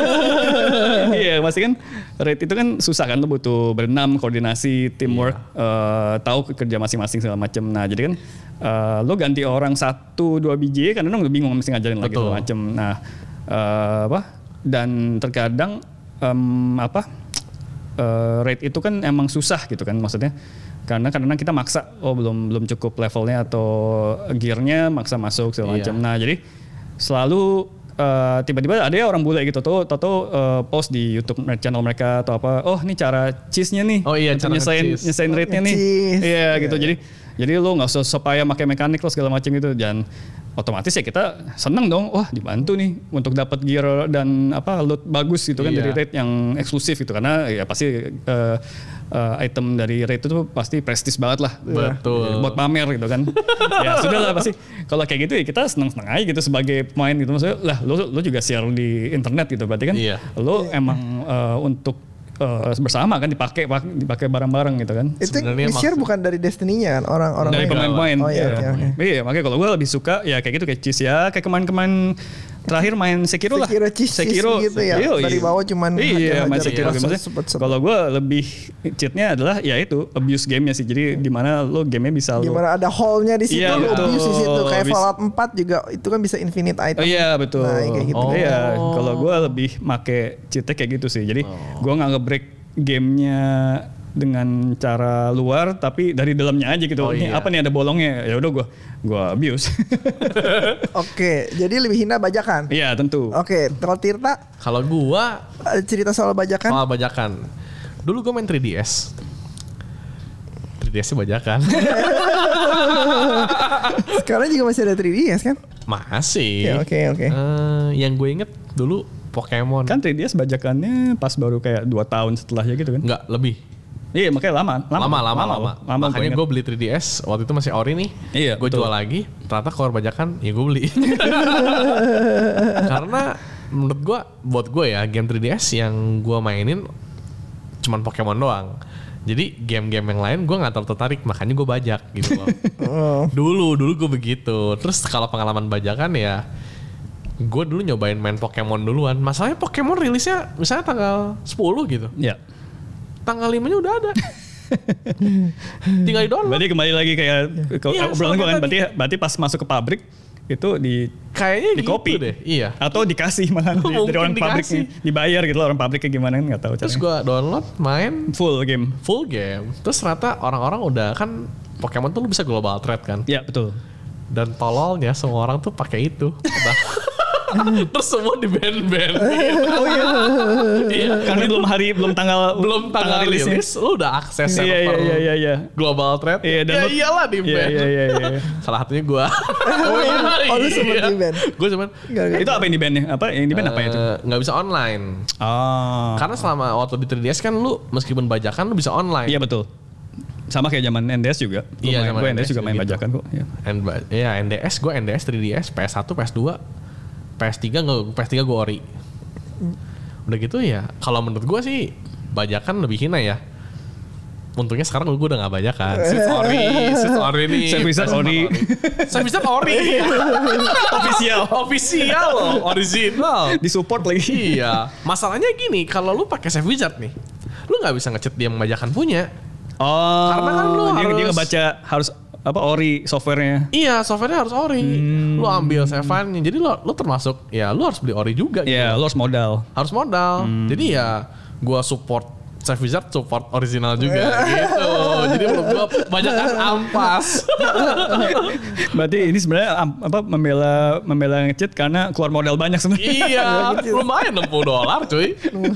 Iya, pasti kan raid itu kan susah kan, lo butuh berenam, koordinasi, teamwork, uh, tahu kerja masing-masing segala macam. Nah, jadi kan uh, lo ganti orang satu dua biji kan, lo bingung mesti ngajarin lagi segala macam. Nah, uh, apa? Dan terkadang um, apa? Uh, raid itu kan emang susah gitu kan, maksudnya. Karena kadang-kadang kita maksa, oh belum belum cukup levelnya atau gearnya, maksa masuk segala Iya. macam. Nah, jadi selalu uh, tiba-tiba ada ya orang bule gitu tuh, atau uh, post di YouTube channel mereka atau apa, oh ini cara cheese-nya nih, Oh iya, untuk cara nyesain nge-cheese. nyesain rate-nya nih, Nge-cheese. iya Iya, gitu. iya. Jadi jadi lo nggak usah supaya pakai mekanik lo segala macam gitu, dan otomatis ya kita seneng dong, wah dibantu nih untuk dapat gear dan apa loot bagus gitu kan Iya. dari rate yang eksklusif gitu, karena ya pasti uh, uh, item dari rate itu pasti prestis banget lah. Betul. Buat pamer gitu kan. Ya sudah lah pasti. Kalau kayak gitu ya kita seneng-seneng aja gitu sebagai pemain gitu. Maksudnya lah lo lo juga share di internet gitu, berarti kan Iya. lo emang uh, untuk uh, bersama kan dipakai dipakai bareng-bareng gitu kan. Itu Sebenarnya share maksud- bukan dari Destiny-nya kan, orang-orang Dari lain. pemain-pemain. Oh iya, oke, oke. Iya, makanya kalau gue lebih suka ya kayak gitu, kayak Cheese ya, kayak kemarin-kemarin terakhir main Sekiro lah. Sekiro cheese Sekiro gitu ya. Iya, Dari iya. bawah cuman iya, main hajar-hajar Sekiro. terus Maksudnya, sepet-sepet. kalau gue lebih cheatnya adalah ya itu abuse game-nya sih. Jadi di mana lo game-nya bisa lo. Gimana ada hole-nya di situ, Iya, lu betul. abuse di situ. Kayak Abuse. Fallout empat juga itu kan bisa infinite item. Oh iya betul. Nah, kayak gitu. Oh. Iya, kalau gue lebih make cheatnya kayak gitu sih. Jadi gue nggak nge-break gamenya dengan cara luar, tapi dari dalamnya aja gitu. Oh, Ini iya. apa nih ada bolongnya? Ya udah gue gue abuse. Oke, jadi lebih hina bajakan. Iya tentu. Oke, kalau Tirta Kalau gua ada cerita soal bajakan? soal bajakan. Dulu gua main three D S. three D S-nya bajakan. Sekarang juga masih ada three D S kan? Masih. Ya, oke, oke. Eh, yang gue inget dulu Pokemon. Kan three D S bajakannya pas baru kayak dua tahun setelahnya gitu kan. Enggak, lebih. Iya makanya lama. Lama, lama, lama. lama, lama Makanya ingat. gue beli three D S, waktu itu masih ori nih. Iya, Gue betul. jual lagi, ternyata keluar bajakan, ya gue beli. Karena menurut gue, buat gue ya, game three D S yang gue mainin cuman Pokemon doang. Jadi game-game yang lain gue gak terlalu tertarik, makanya gue bajak gitu loh. Oh. Dulu, dulu gue begitu. Terus kalau pengalaman bajakan ya, gue dulu nyobain main Pokemon duluan. Masalahnya Pokemon rilisnya misalnya tanggal sepuluh gitu. Iya. Tanggal lima nya udah ada. Tinggal di download. Berarti kembali lagi kayak ke Iya, obrolan gue soalnya kan, berarti berarti pas masuk ke pabrik itu di Kayaknya di copy gitu deh. Iya. atau dikasih malah di- Mungkin dari orang dikasih. pabriknya, dibayar gitu loh orang pabriknya gimana kan nggak tahu Terus caranya. gue download, main Full game. full game. Terus ternyata orang-orang udah kan Pokemon tuh lu bisa global trade kan. Ya betul. Dan tololnya semua orang tuh pakai itu. Udah. Terus semua di band-band. Oh iya. Iya. Karena belum hari belum tanggal Belum tanggal rilisnya. rilis, lu udah akses Iya server iya iya iya. global trade. Iya, dan ya lu- iyalah di Iya band. iya iya iya. Salah satunya gue. Oh, iya. Oh, lu sempet di band? Gue cuman Enggak, enggak. Itu apa yang di bandnya? Apa yang di band apa itu? eh, nggak bisa online. Oh. Karena selama waktu di three D S kan lu meskipun bajakan lu bisa online. Iya betul. Sama kayak zaman N D S juga. Gua Iya, main- zaman gua N D S N D S juga main gitu. bajakan kok. Iya. N ya N D S, gue N D S, three D S, P S one, P S two, P S three nggak, P S three gue ori. Udah gitu ya, kalau menurut gue sih bajakan lebih hina ya. Untungnya sekarang gue udah gak bajakan. Sweet ori, sweet ori nih. Save Wizard P S four ori. Save Wizard ori. Official. Official loh, original. Disupport lagi. Iya. Masalahnya gini, kalau lu pakai Save Wizard nih, lu nggak bisa ngechat dia yang bajakan punya. Oh. Karena kan lu dia, dia harus- ngebaca harus apa ori softwarenya. Iya, softwarenya harus ori. Lu ambil save file-nya. Jadi lu, lu termasuk, ya lu harus beli ori juga. gitu. Iya, lo harus modal. Harus modal. Jadi ya gua support Save Wizard, support original juga gitu. Jadi menurut gua banyak kan ampas. Berarti ini sebenarnya am- apa membela membela nge-cheat karena keluar modal banyak sebenarnya. Iya, lumayan enam puluh dolar cuy.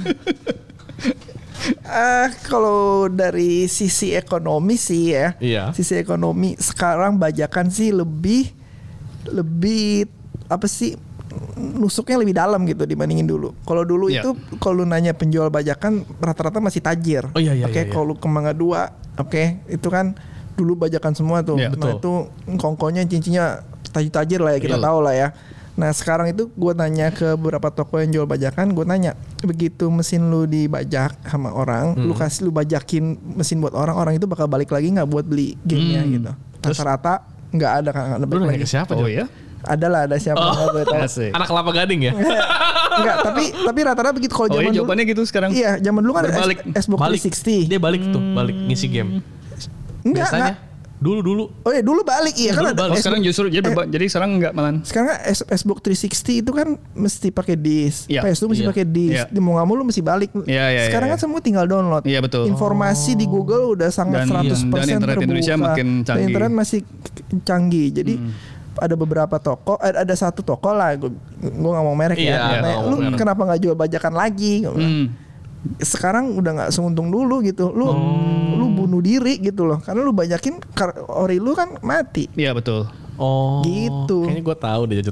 Eh kalau dari sisi ekonomi sih ya, Iya. sisi ekonomi sekarang bajakan sih lebih lebih apa sih nusuknya lebih dalam gitu dibandingin dulu. Kalau dulu Iya. itu kalau lu nanya penjual bajakan rata-rata masih tajir. Oh iya, iya, Oke, iya, iya. kalau lu ke Mangga dua Oke, itu kan dulu bajakan semua tuh. Ya, nah betul. itu kongkonya cincinnya tajir-tajir lah ya, kita Iya. tahu lah ya. Nah sekarang itu gue tanya ke beberapa toko yang jual bajakan, gue tanya begitu mesin lu dibajak sama orang, Hmm. lu kasih lu bajakin mesin buat orang, orang itu bakal balik lagi nggak buat beli gamenya Hmm. gitu. Terus? Rata-rata nggak ada kan, nggak ada Lu balik nanya lagi. ke siapa Oh Jod? ya? Ada lah, ada siapa nggak gue tahu. Asik. Anak Kelapa Gading ya? Enggak, tapi tapi rata-rata begitu kalau Oh zaman iya dulu. jawabannya gitu sekarang. Iya, zaman dulu kan ada Berbalik. S- Xbox Balik. tiga sixty. Dia balik tuh, balik ngisi game. Enggak, Biasanya enggak. dulu-dulu. Oh iya, dulu balik iya kan Dulu ada balik. Oh, Xbox- sekarang justru jadi eh, berba- jadi sekarang enggak malan. sekarang kan S- Xbox tiga sixty itu kan mesti pakai disk. Iya. P S dua mesti Iya. pakai disk. Iya. Di mau nggak mau lu mesti balik. Iya, iya, sekarang iya, kan semua tinggal download. Iya, betul. Informasi di Google udah sangat Dan- seratus persen dan internet terbuka. Indonesia makin Dan canggih. internet masih k- canggih. Jadi ada beberapa toko, ada, ada satu toko lah, gue gue nggak mau merek Iya, ya. nggak Nah, mau lu merek. kenapa nggak jual bajakan lagi? Gua bilang. Hmm. Sekarang udah nggak seuntung dulu gitu. Lu lu bunuh diri gitu loh. Karena lu bajakin kar- ori lu kan mati. Iya betul. Oh. Gitu. Kayaknya gue tahu deh Jod.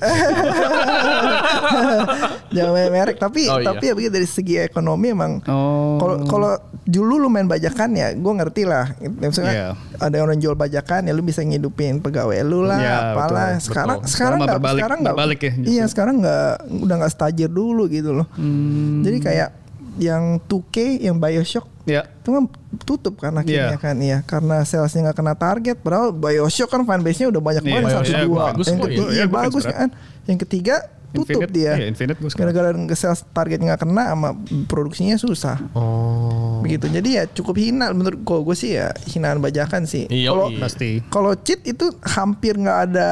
Jangan main merek, tapi Oh, iya. tapi ya begitu dari segi ekonomi emang Oh. kalau kalau dulu lu main bajakan ya gue ngerti lah. Maksudnya Iya. ada orang jual bajakan ya lu bisa ngidupin pegawai lu lah, Iya, apalah. betul, Sekarang betul. sekarang Sekarang nggak berbalik- sekarang nggak berbalik ya, justru. Iya, sekarang nggak udah nggak stajir dulu gitu loh. Hmm. Jadi kayak yang two K yang BioShock Ya. itu kan tutup kan akhirnya Iya. kan iya karena salesnya nggak kena target, padahal BioShock kan fanbase-nya udah banyak Iya, banget satu BioShock dua bagus yang kok, ketiga iya. iya, Iya, gua bagus fans kan yang ketiga tutup Infinite, dia iya, Infinite gua sekarang. gara-gara nge sales target nggak kena sama produksinya susah Oh. begitu. Jadi ya cukup hina menurut gue gue sih ya hinaan bajakan sih. Iya, Kalau iya. Pasti. kalau cheat itu hampir nggak ada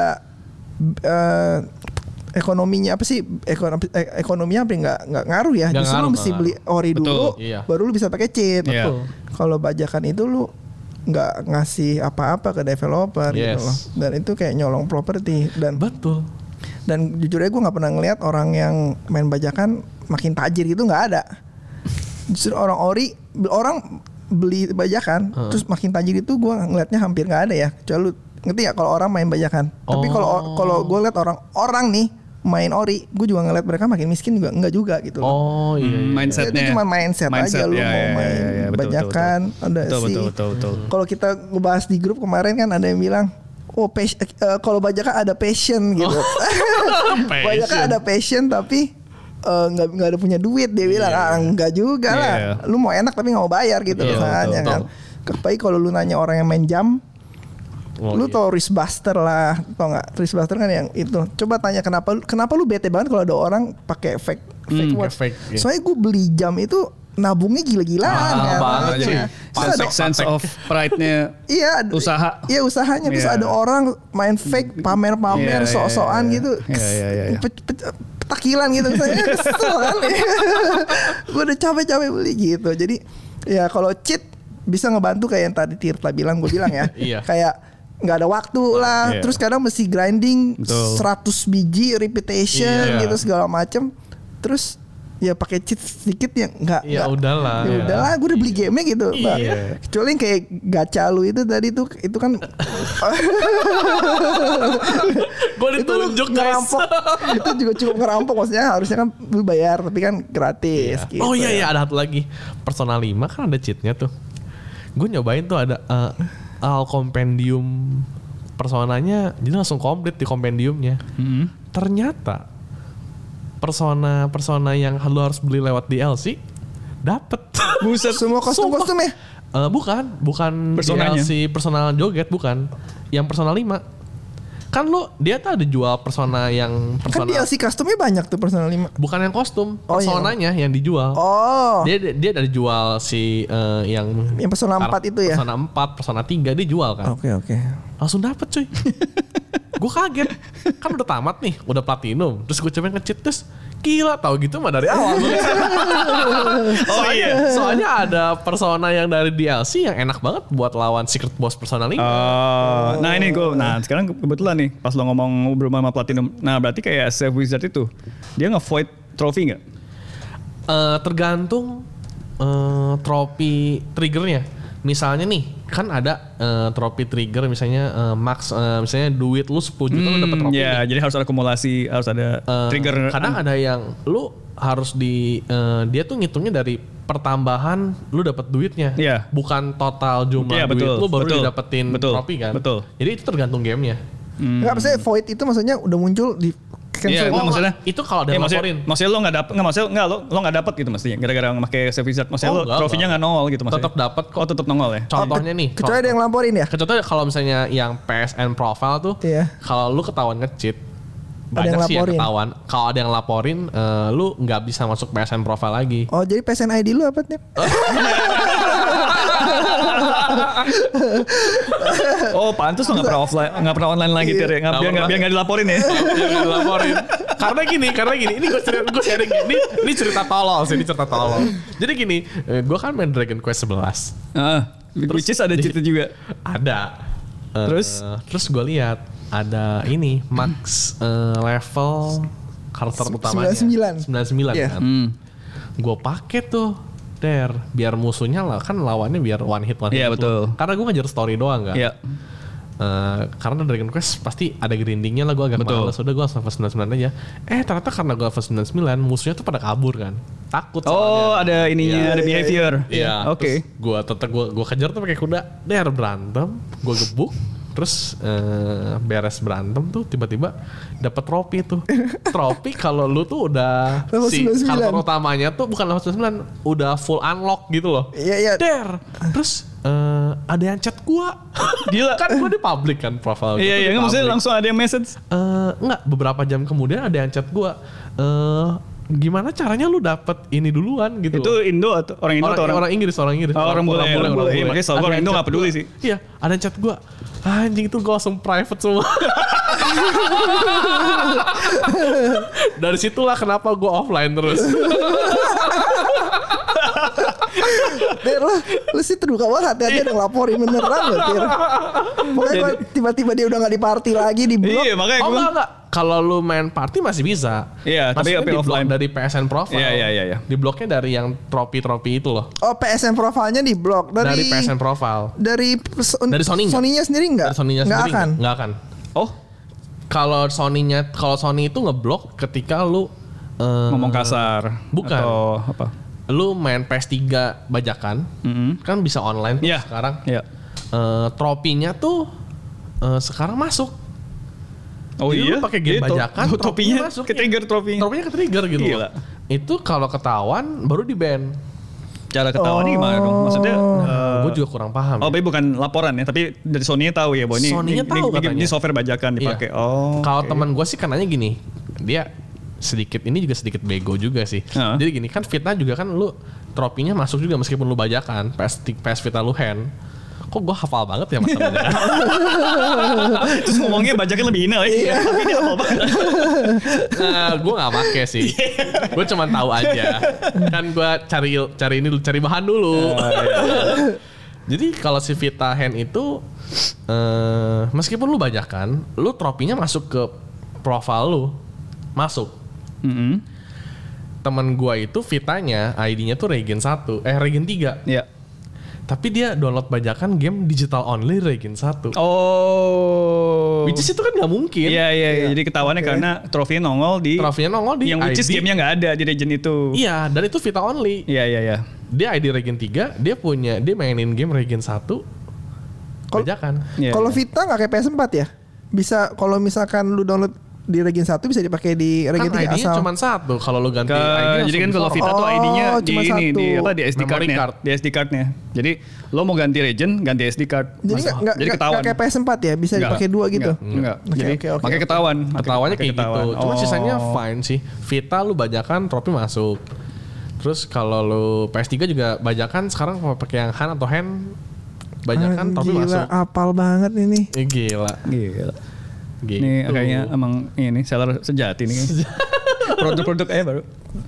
eh, ekonominya apa sih ekonomi eh, ekonominya hampir nggak nggak ngaruh ya. Nggak Justru ngaruh, lu mesti nggak beli ori Betul, dulu iya. baru lu bisa pakai cheat. Iya. Betul. Kalau bajakan itu lu nggak ngasih apa-apa ke developer gitu Yes. loh. Dan itu kayak nyolong properti dan Betul. dan jujur aja gue nggak pernah ngeliat orang yang main bajakan makin tajir gitu, nggak ada. Justru orang ori orang beli bajakan Heeh. terus makin tajir itu gue ngeliatnya hampir nggak ada ya. Kecuali lu ngerti ya kalau orang main bajakan. Tapi kalau Oh. kalau gue liat orang orang nih main ori, gue juga ngeliat mereka makin miskin juga enggak juga gitu loh. Oh iya. Hmm, iya. mindset. Itu Setnya. cuma mindset, Mindset, aja lu ya, mau ya, ya, main ya, ya, betul, bajakan betul, ada Betul sih. betul betul betul. Kalau kita ngebahas di grup kemarin kan ada yang bilang, oh pas- eh, kalau bajakan ada passion gitu. Passion. Bajakan ada passion tapi eh, nggak nggak ada punya duit, dia bilang ah enggak juga lah. Iya. Lu mau enak tapi nggak mau bayar gitu Iya, misalnya betul, kan. Apalagi kalau lu nanya orang yang main jam, Oh, lu iya. tau wristbuster lah, tau nggak? Wristbuster kan yang itu. Coba tanya kenapa lu- kenapa lu bete banget kalau ada orang pakai fake fake Hmm, watch. fake, iya. Soalnya gue beli jam itu nabungnya gila-gilaan Mahal kan. banget, Iya. cuy. Terus ada- Sense, sense of pride-nya Iya, ad- usaha. Iya usahanya terus Iya. ada orang main fake pamer-pamer Iya, iya, sok-sokan iya. gitu. Iya, iya, iya, iya. Pe- pe- Petakilan gitu saya kesel kan. Gue udah capek-capek beli gitu. Jadi ya kalau cheat bisa ngebantu kayak yang tadi Tirta bilang, gue bilang ya. Iya. Kayak nggak ada waktu lah. Iya. Terus kadang mesti grinding Betul. seratus biji repetition Iya. gitu segala macem. Terus ya pakai cheat sedikit yang nggak Ya nggak- udahlah. ya Iya. udahlah gue udah beli game-nya gitu. Mbak. Iya. Kecuali yang kayak gacha lu itu tadi tuh itu kan Gue itu lu ditunjuk guys. ngerampok. Itu juga cukup ngerampok, maksudnya harusnya kan lu bayar tapi kan gratis gitu. Oh iya iya ya. ada satu lagi. Persona lima kan ada cheatnya tuh. Gue nyobain tuh ada uh, al kompendium personanya, jadi langsung komplit di kompendiumnya. Hmm. Ternyata persona persona yang lu harus beli lewat D L C dapet. Buset, semua kostum-kostum ya. Eh, bukan, bukan Personanya. D L C personal joget bukan. Yang persona lima. Kan lu dia tuh ada jual persona yang Kan persona D L C customnya banyak tuh Persona lima. bukan yang kostum, Oh, iya. personanya yang dijual. Oh. Dia dia ada jual si eh, yang Yang Persona kar- empat itu ya? Persona empat, Persona tiga dia jual kan. Oke oke. Langsung dapet cuy. Gue kaget. Kan udah tamat nih, udah platinum. Terus gue coba nge-cheat terus gila tau gitu mah dari awal. oh iya. Soalnya ada persona yang dari D L C yang enak banget buat lawan Secret Boss Persona lima. Oh, nah ini gue, nah sekarang kebetulan nih pas lo ngomong ngobrol sama Platinum, nah berarti kayak Save Wizard itu, dia nge-void trophy nggak? Eh, tergantung eh, trofi triggernya. Misalnya nih, kan ada eh, trofi trigger misalnya eh, max eh, misalnya duit lu sepuluh juta lu dapat trofi. Ya, nih. jadi harus ada akumulasi, harus ada Eh, trigger. kadang ada yang lu harus di eh, dia tuh ngitungnya dari pertambahan lu dapat duitnya. Iya. Bukan total jumlah Iya, duit betul, lu baru betul, didapetin betul, trofi kan. betul. Jadi itu tergantung gamenya. Hmm. Enggak, maksudnya void itu maksudnya udah muncul di Iya, cancel. itu Oh, maksudnya itu kalau ada eh, yang maksudnya, laporin. maksudnya lo nggak dapet, nggak maksudnya nggak lo lo nggak dapet gitu mestinya gara-gara pakai save wizard. Maksudnya Oh, lo enggak, trofinya nggak nongol gitu maksudnya. Tetap dapat kok. Oh tetap nongol ya. Contohnya nih. Kecuali ada yang laporin ya? Contohnya kalau misalnya yang P S N profile tuh, Iya. kalau lu ketahuan nge-cheat, Ada banyak yang sih yang laporin. ketahuan. Kalau ada yang laporin, eh, lu nggak bisa masuk P S N profile lagi. Oh, jadi P S N I D lu apa nih? Oh pantas lo nggak pernah offline, nggak pernah online lagi Tir ya. Nggak- Nggak biar nggak pernah. biar nggak dilaporin ya. Jangan laporin. Karena gini, karena gini, ini gue cerita, gue sharing ini, ini cerita tolol sih, ini cerita tolol. Jadi gini, gue kan main Dragon Quest eleven. Ah, which is ada cheat juga. Ada. Eh, Terus? terus gue lihat ada ini max eh, level karakter Sem- utamanya sembilan puluh sembilan. sembilan puluh sembilan Iya. kan. Hmm. Gue pakai tuh der biar musuhnya lah kan lawannya biar one hit one hit. Iya, tuh. betul. Karena gue ngejar story doang kan. Iya. Eh, karena Dragon Quest pasti ada grindingnya lah, gue agak Betul. males, udah gue langsung level sembilan puluh sembilan aja. Eh ternyata karena gue level sembilan puluh sembilan musuhnya tuh pada kabur kan, takut Oh soalnya. ada ininya, Iya, ada iya, behavior. Iya. Oke. Gue tetep gue gue kejar tuh pakai kuda, der berantem, gue gebuk, terus eh, beres berantem tuh tiba-tiba dapat trofi tuh. Trofi kalau lu tuh udah Level si sembilan puluh sembilan. karakter utamanya tuh bukan level sembilan puluh sembilan, udah full unlock gitu loh. Iya, iya. Der, terus eh, ada yang chat gua. Gila. Kan gua di public kan profile. gua Iya tuh iya di nggak maksudnya public. langsung ada yang message. Eh, enggak, beberapa jam kemudian ada yang chat gua. Eh, gimana caranya lu dapet ini duluan gitu Itu loh. Indo atau orang Indo orang, atau orang? orang Inggris, orang Inggris. Oh, orang bule, orang bule. Iya, makanya soal Ada orang yang Indo chat nggak peduli gua. sih. Iya, ada yang chat gua. Anjing itu gua langsung private semua. Dari situlah kenapa gua offline terus. Der, lu, lu sih terbuka banget hati-hati ada yang laporin beneran loh, Tir. Pokoknya gua tiba-tiba dia udah gak di party lagi, di blok. Iya makanya Oh gue. enggak enggak. Kalau lu main party masih bisa. Iya, tapi Maksudnya tapi di blok offline. dari P S N profile. Iya, iya, iya, iya. Di bloknya dari yang trofi-trofi itu loh. Oh, P S N profilnya di blok dari Dari P S N profile. dari Dari Sony nggak? Sony-nya sendiri enggak? Dari Sony-nya Nggak sendiri akan. nggak nggak akan. Oh Kalau Sony-nya kalau Sony itu ngeblok ketika lu eh, ngomong kasar. Bukan. Atau apa? Lu main P S tiga bajakan, Mm-mm. kan bisa online tuh Iya. sekarang. Iya. Eh, tropinya tuh eh, sekarang masuk. Oh Jadi iya. lu pakai game Iya, to- bajakan, to- tropinya topinya masuk. ke trigger tropinya. Tropinya ke trigger gitu. Gila. loh. Itu kalau ketahuan baru di ban. Cara ketahuan ini gimana dong? Maksudnya eh, Gue juga kurang paham. Oh, tapi bukan laporan ya, tapi dari Sony-nya tahu ya bahwa ini Sony-nya ini, tahu ini, katanya. ini software bajakan dipakai. Iya. Oh. Kalau oke. teman gue sih kananya gini, dia sedikit ini juga sedikit bego juga sih. Heeh. Jadi gini kan Vita juga kan lu tropinya masuk juga meskipun lu bajakan, P S, P S Vita lu hand. Kok gue hafal banget ya masalahnya. Terus ngomongnya bajakan lebih hina lagi. Iya. Tapi dia apa banget. Nah, gue nggak make sih. Gue cuma tahu aja. Kan gue cari cari ini cari bahan dulu. Jadi kalau si Vita hand itu eh, meskipun lu bajakan, lu tropinya masuk ke profile lu. Masuk. Mm-mm. Temen gua itu Vitanya I D-nya tuh Regen satu, eh Regen tiga. Iya. Tapi dia download bajakan game digital only Regen satu. Oh. Which is itu kan gak mungkin. Iya iya iya. Jadi ketahuannya Oke. karena trofinya nongol di Trofinya nongol di yang which is I D. gamenya nggak ada di region itu. Iya, dan itu Vita only. Iya iya iya. Dia I D Regen tiga, dia punya dia mainin game Regen satu Kol- bajakan. Iya, Kalau iya. Vita nggak kayak P S empat ya? Bisa kalau misalkan lu download di Regen satu bisa dipakai di Regen Kan tiga I D-nya asal. cuma satu. Kalau lu ganti Ke, I D jadi kan langsung kalau di Vita tuh I D-nya Oh, di cuma ini satu. di apa di S D Memory card-nya, card. di S D card-nya. Jadi lo mau ganti region, ganti S D card. Jadi nggak nggak Jadi nggak- ketahuan. nggak kayak P S empat ya? Bisa Enggak. dipakai dua gitu. Enggak. enggak. Oke, Jadi oke, oke, makanya oke. ketahuan. Ketawanya kayak ketahuan. gitu. Cuma Oh. sisanya fine sih. Vita lu bajakan trofi masuk. Terus kalau lu P S tiga juga bajakan sekarang kalau pakai yang hand atau hand bajakan Ah, trofi gila, masuk. apal banget ini. Eh, gila. Gila. Gitu. Ini kayaknya emang ini seller sejati nih. Produk-produk aja baru.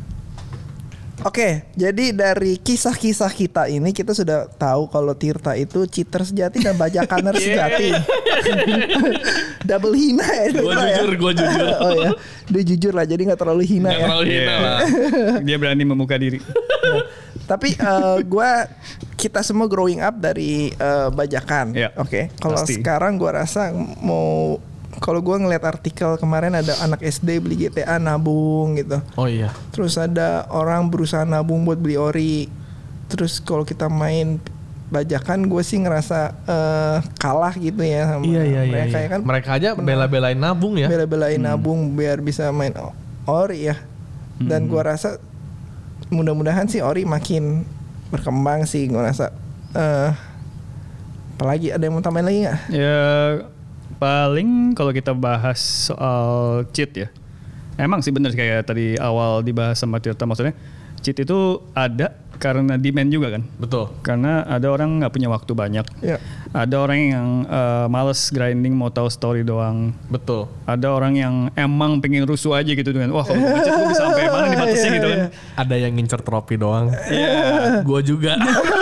Oke, jadi dari kisah-kisah kita ini kita sudah tahu kalau Tirta itu cheater sejati dan bajakaner sejati. Double hina ya. Gua Tirta ya? jujur, gua jujur. Oh ya, dia jujur lah, jadi nggak terlalu hina Nggak ya. terlalu hina lah. Dia berani membuka diri. Tapi eh, gua kita semua growing up dari eh, bajakan. Iya, Oke, kalau pasti. sekarang gua rasa mau kalau gua ngeliat artikel kemarin ada anak S D beli G T A nabung gitu. Oh iya. Terus ada orang berusaha nabung buat beli ori. terus kalau kita main bajakan gue sih ngerasa uh, kalah gitu ya sama Iya iya iya. mereka iya. ya kan. Mereka aja bela-belain nabung ya. Bela-belain Hmm. nabung biar bisa main Ori ya. Dan Hmm. gue rasa mudah-mudahan sih Ori makin berkembang sih gue rasa. Uh, apalagi ada yang mau tambahin lagi nggak? Ya paling kalau kita bahas soal cheat ya. Emang sih bener kayak tadi awal dibahas sama Tirta, maksudnya cheat itu ada karena demand juga kan. Betul. Karena ada orang nggak punya waktu banyak. Ya. Ada orang yang uh, males grinding mau tahu story doang. Betul. Ada orang yang emang pengen rusuh aja gitu dengan wah kalau gue cheat gue bisa sampai mana nih batasnya gitu kan. Ada yang ngincer trofi doang. Iya. Gua juga.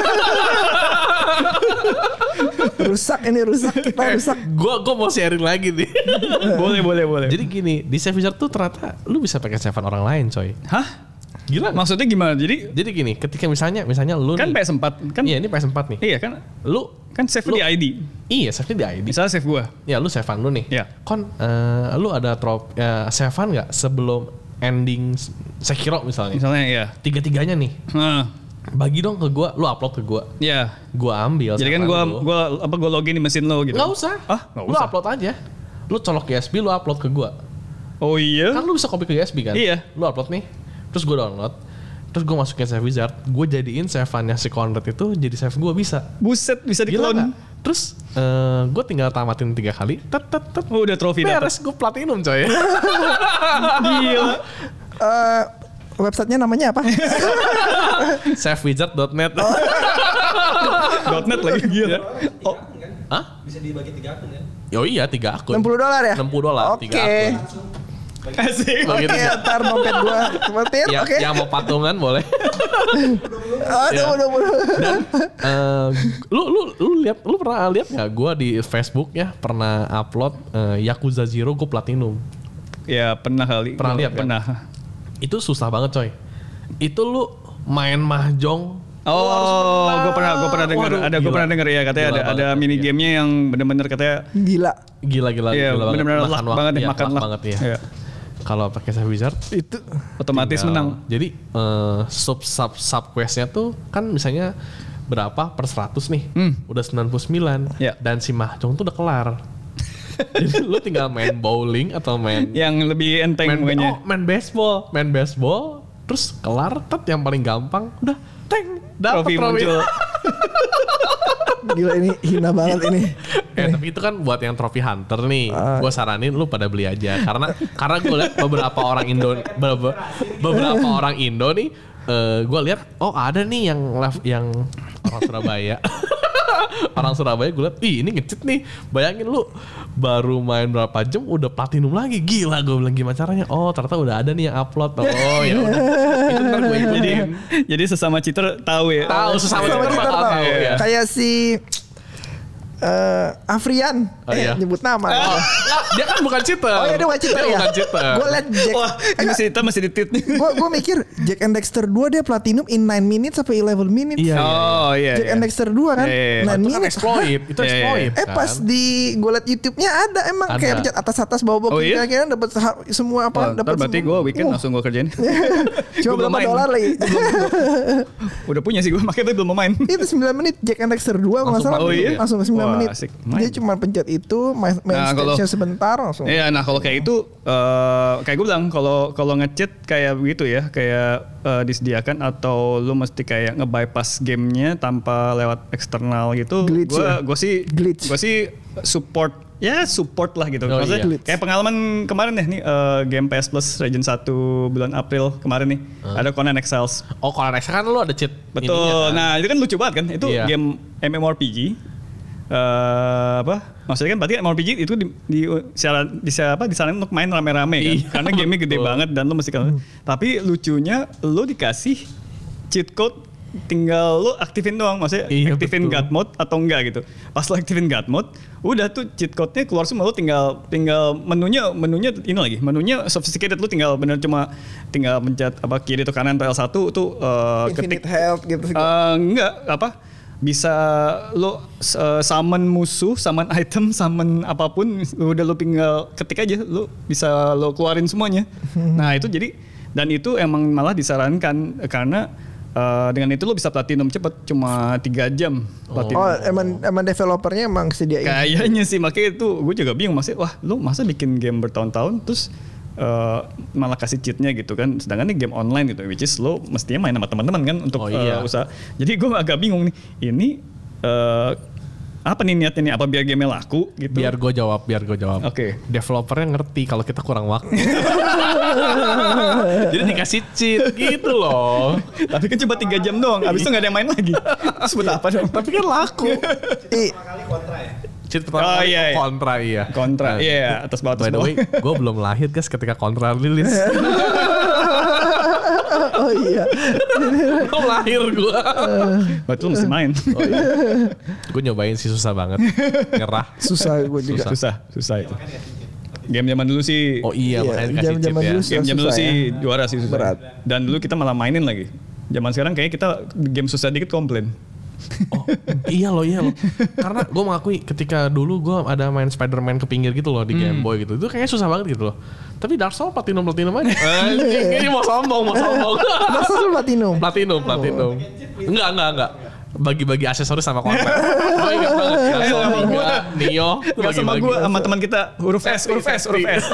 Rusak ini rusak kita rusak. Gua gua mau sharing lagi nih. Boleh boleh boleh. Jadi gini, di Save Wizard tuh ternyata lu bisa pakai save orang lain, coy. Hah? Gila. Maksudnya gimana? Jadi Jadi gini, ketika misalnya misalnya lu kan nih, P S empat kan? Iya, ini P S empat nih. Iya kan? Lu Kan save Lu- di I D. iya, save di I D. Misalnya save gua. Ya, lu save-an lu nih. Iya. Kon eh, lu ada trop uh, save-an enggak sebelum ending Sekiro misalnya? Misalnya ya. Tiga-tiganya nih. Nah, Bagi dong ke gua, lu upload ke gua. ya. Gua ambil. Jadi kan save-an gua lu. gua apa gua login di mesin lo gitu. Nggak usah. Ah, nggak Lu usah. upload aja. Lu colok U S B, lu upload ke gua. Oh iya. Kan lu bisa copy ke U S B kan? Iya. Lu upload nih. Terus gua download. Terus gua masukin Save Wizard. Gua jadiin save-annya si Conrad itu jadi save gua bisa. Buset bisa Gila di-clone. nggak? Terus eh gue tinggal tamatin tiga kali. Tet tet tet. Oh, udah trofi dapat. Beres, gue platinum coy. Gila. Eh, websitenya namanya apa? save wizard dot net. .net lagi gila. Oh, Hah? Bisa dibagi tiga akun ya? Oh iya, tiga akun. enam puluh dolar ya? enam puluh dolar, Oke. tiga akun. asik. Bagi Oke, tiga. ntar dompet gua kematir, Ya, oke. yang mau patungan boleh. Ah, Ya. tunggu, tunggu. Eh, lu lu lu lihat lu pernah lihat nggak gue di Facebook ya pernah upload eh, Yakuza Zero gue platinum. Ya pernah kali. Pernah lihat kan? Pernah. Itu susah banget coy. Itu lu main mahjong. Oh, gue pernah gue pernah dengar. Waduh, Ada gue gila. pernah dengar ya katanya Gila ada ada banget, mini iya. gamenya yang benar-benar katanya Gila. Gila-gila Iya, gila banget. benar-benar Makan luck waktu, banget ya, iya, makan luck luck. banget ya. Iya. Kalau pakai Save Wizard Itu Otomatis tinggal- menang. Jadi eh, sub sub sub questnya tuh kan misalnya berapa per seratus nih, Hmm. udah sembilan puluh sembilan Ya. dan si mahjong tuh udah kelar. Jadi lu tinggal main bowling atau main Yang lebih enteng main, pokoknya. oh, main baseball, main baseball, terus kelar, tet yang paling gampang, udah teng, dapat Trofi trofi. muncul. gila ini hina banget ini. Eh tapi itu kan buat yang trofi hunter nih, Ah. gue saranin lu pada beli aja karena karena gue lihat beberapa orang Indo beberapa, beberapa orang Indo nih, gue lihat oh ada nih yang lev- yang orang Surabaya. Orang Surabaya gue liat, ih ini nge-cheat nih. Bayangin lu baru main berapa jam udah platinum lagi. Gila, gue bilang gimana caranya? Oh ternyata udah ada nih yang upload. Oh ya udah. Itu ntar gue Jadi ikutin. jadi sesama cheater tahu ya. Tahu sesama Sama cheater kita bakal tahu. tahu ya. Kayak si eh Afrian, Oh, eh iya. nyebut nama. Oh, dia kan bukan cheater. Oh ya dia bukan cheater Dia ya. bukan cheater. Gue liat Jack. Wah, ini cerita masih di tit nih. Gue gue mikir Jack and Dexter dua dia platinum in nine minutes sampai eleven minutes. Iya, iya, Oh iya. Jack iya. and Dexter dua kan Iya, iya, iya. nine Itu kan minutes. exploit. Itu Iya, iya. exploit Eh kan. pas di gue liat YouTube-nya ada emang Ada. kayak pencet atas-atas bawah-bawah Oh, iya? kira-kira dapat ha- semua apa Wah, ntar dapat berarti gue weekend Wah, langsung gue kerjain. cuma Gua belum berapa main. dolar lagi. Udah punya sih gue, makanya tapi belum mau main. Itu sembilan menit Jack and Dexter dua kalau nggak Langsung salah. oh iya? Langsung sembilan Wah, menit. asik. Dia Main. cuma pencet itu main, main Nah, kalau- stage-nya sebentar langsung. Iya, nah kalau kayak itu eh, kayak gue bilang kalau kalau nge-cheat kayak begitu ya, kayak eh, disediakan atau lu mesti kayak nge-bypass gamenya tanpa lewat eksternal gitu. Glitch Gue ya? gue sih Glitch. gue sih support ya support lah gitu. Oh, Maksudnya iya. Glitch. kayak pengalaman kemarin deh nih eh, game P S Plus Region satu bulan April kemarin nih ada Conan Exiles. Oh kalau next kan lu ada cheat. Betul. ininya kan. Nah, itu kan lucu banget kan? Itu Iya. game MMORPG. Eh apa? Maksudnya kan berarti MMORPG itu di, di secara bisa apa disarankan untuk main rame-rame kan? Iya, Karena gamenya gede betul. banget dan lu mesti kan. Tapi lucunya lu dikasih cheat code tinggal lu aktifin doang, maksudnya Iya, aktifin betul. God mode atau enggak gitu. Pas lu aktifin God mode, udah tuh cheat code-nya keluar semua, lu tinggal tinggal menunya menunya ini lagi, menunya sophisticated, lu tinggal bener cuma tinggal pencet apa kiri atau kanan atau L satu tuh eh, ketik Infinite health gitu. Eh, enggak apa bisa lo uh, summon musuh, summon item, summon apapun udah lo tinggal ketik aja lo bisa lo keluarin semuanya. Nah itu jadi dan itu emang malah disarankan karena uh, dengan itu lo bisa platinum cepet cuma tiga jam platinum. Oh, emang emang developernya emang sediain. Kayaknya sih, makanya itu gue juga bingung masih, wah lu masa bikin game bertahun-tahun terus uh, malah kasih cheatnya gitu kan, sedangkan ini game online gitu, which is lo mestinya main sama teman-teman kan untuk Oh, iya. uh, usaha. Jadi gue agak bingung nih, ini uh, apa nih niatnya nih, apa biar game laku gitu? Biar gue jawab, biar gue jawab. Oke. Developernya ngerti kalau kita kurang waktu. Jadi dikasih cheat gitu loh. Tapi kan cuma tiga jam doang, abis itu gak ada yang main lagi. Terus buat apa dong? Tapi kan laku. Ih, Cheat pertama Oh, kali iya, iya. kontra iya. Kontra, Nah, iya atas bawah atas By the bawah. way, gue belum lahir guys ketika kontra rilis. oh iya. Belum lahir gue. Berarti lu mesti main. Gue nyobain sih susah banget. Nyerah. Susah gue juga. Susah, susah itu. Game zaman dulu sih, Oh iya, Iya, makanya dikasih cheat jam-jaman ya. dulu game zaman dulu susah sih ya. juara sih susah. Berat. Dan dulu kita malah mainin lagi. Zaman sekarang kayaknya kita game susah dikit komplain. Oh iya loh, iya loh. Karena gue mengakui ketika dulu gue ada main Spider-Man ke pinggir gitu loh di Game Boy gitu. Itu kayaknya susah banget gitu loh. Tapi Dark Souls platinum platinum aja. Anjing, ini mau sombong, mau sombong. Masa lu platinum? Platinum, platinum. Enggak, enggak, enggak. Bagi-bagi aksesoris sama konten. Gue ingat banget. Dark Souls tiga, Neo. Gak sama gue, sama teman kita huruf S, huruf S, huruf S.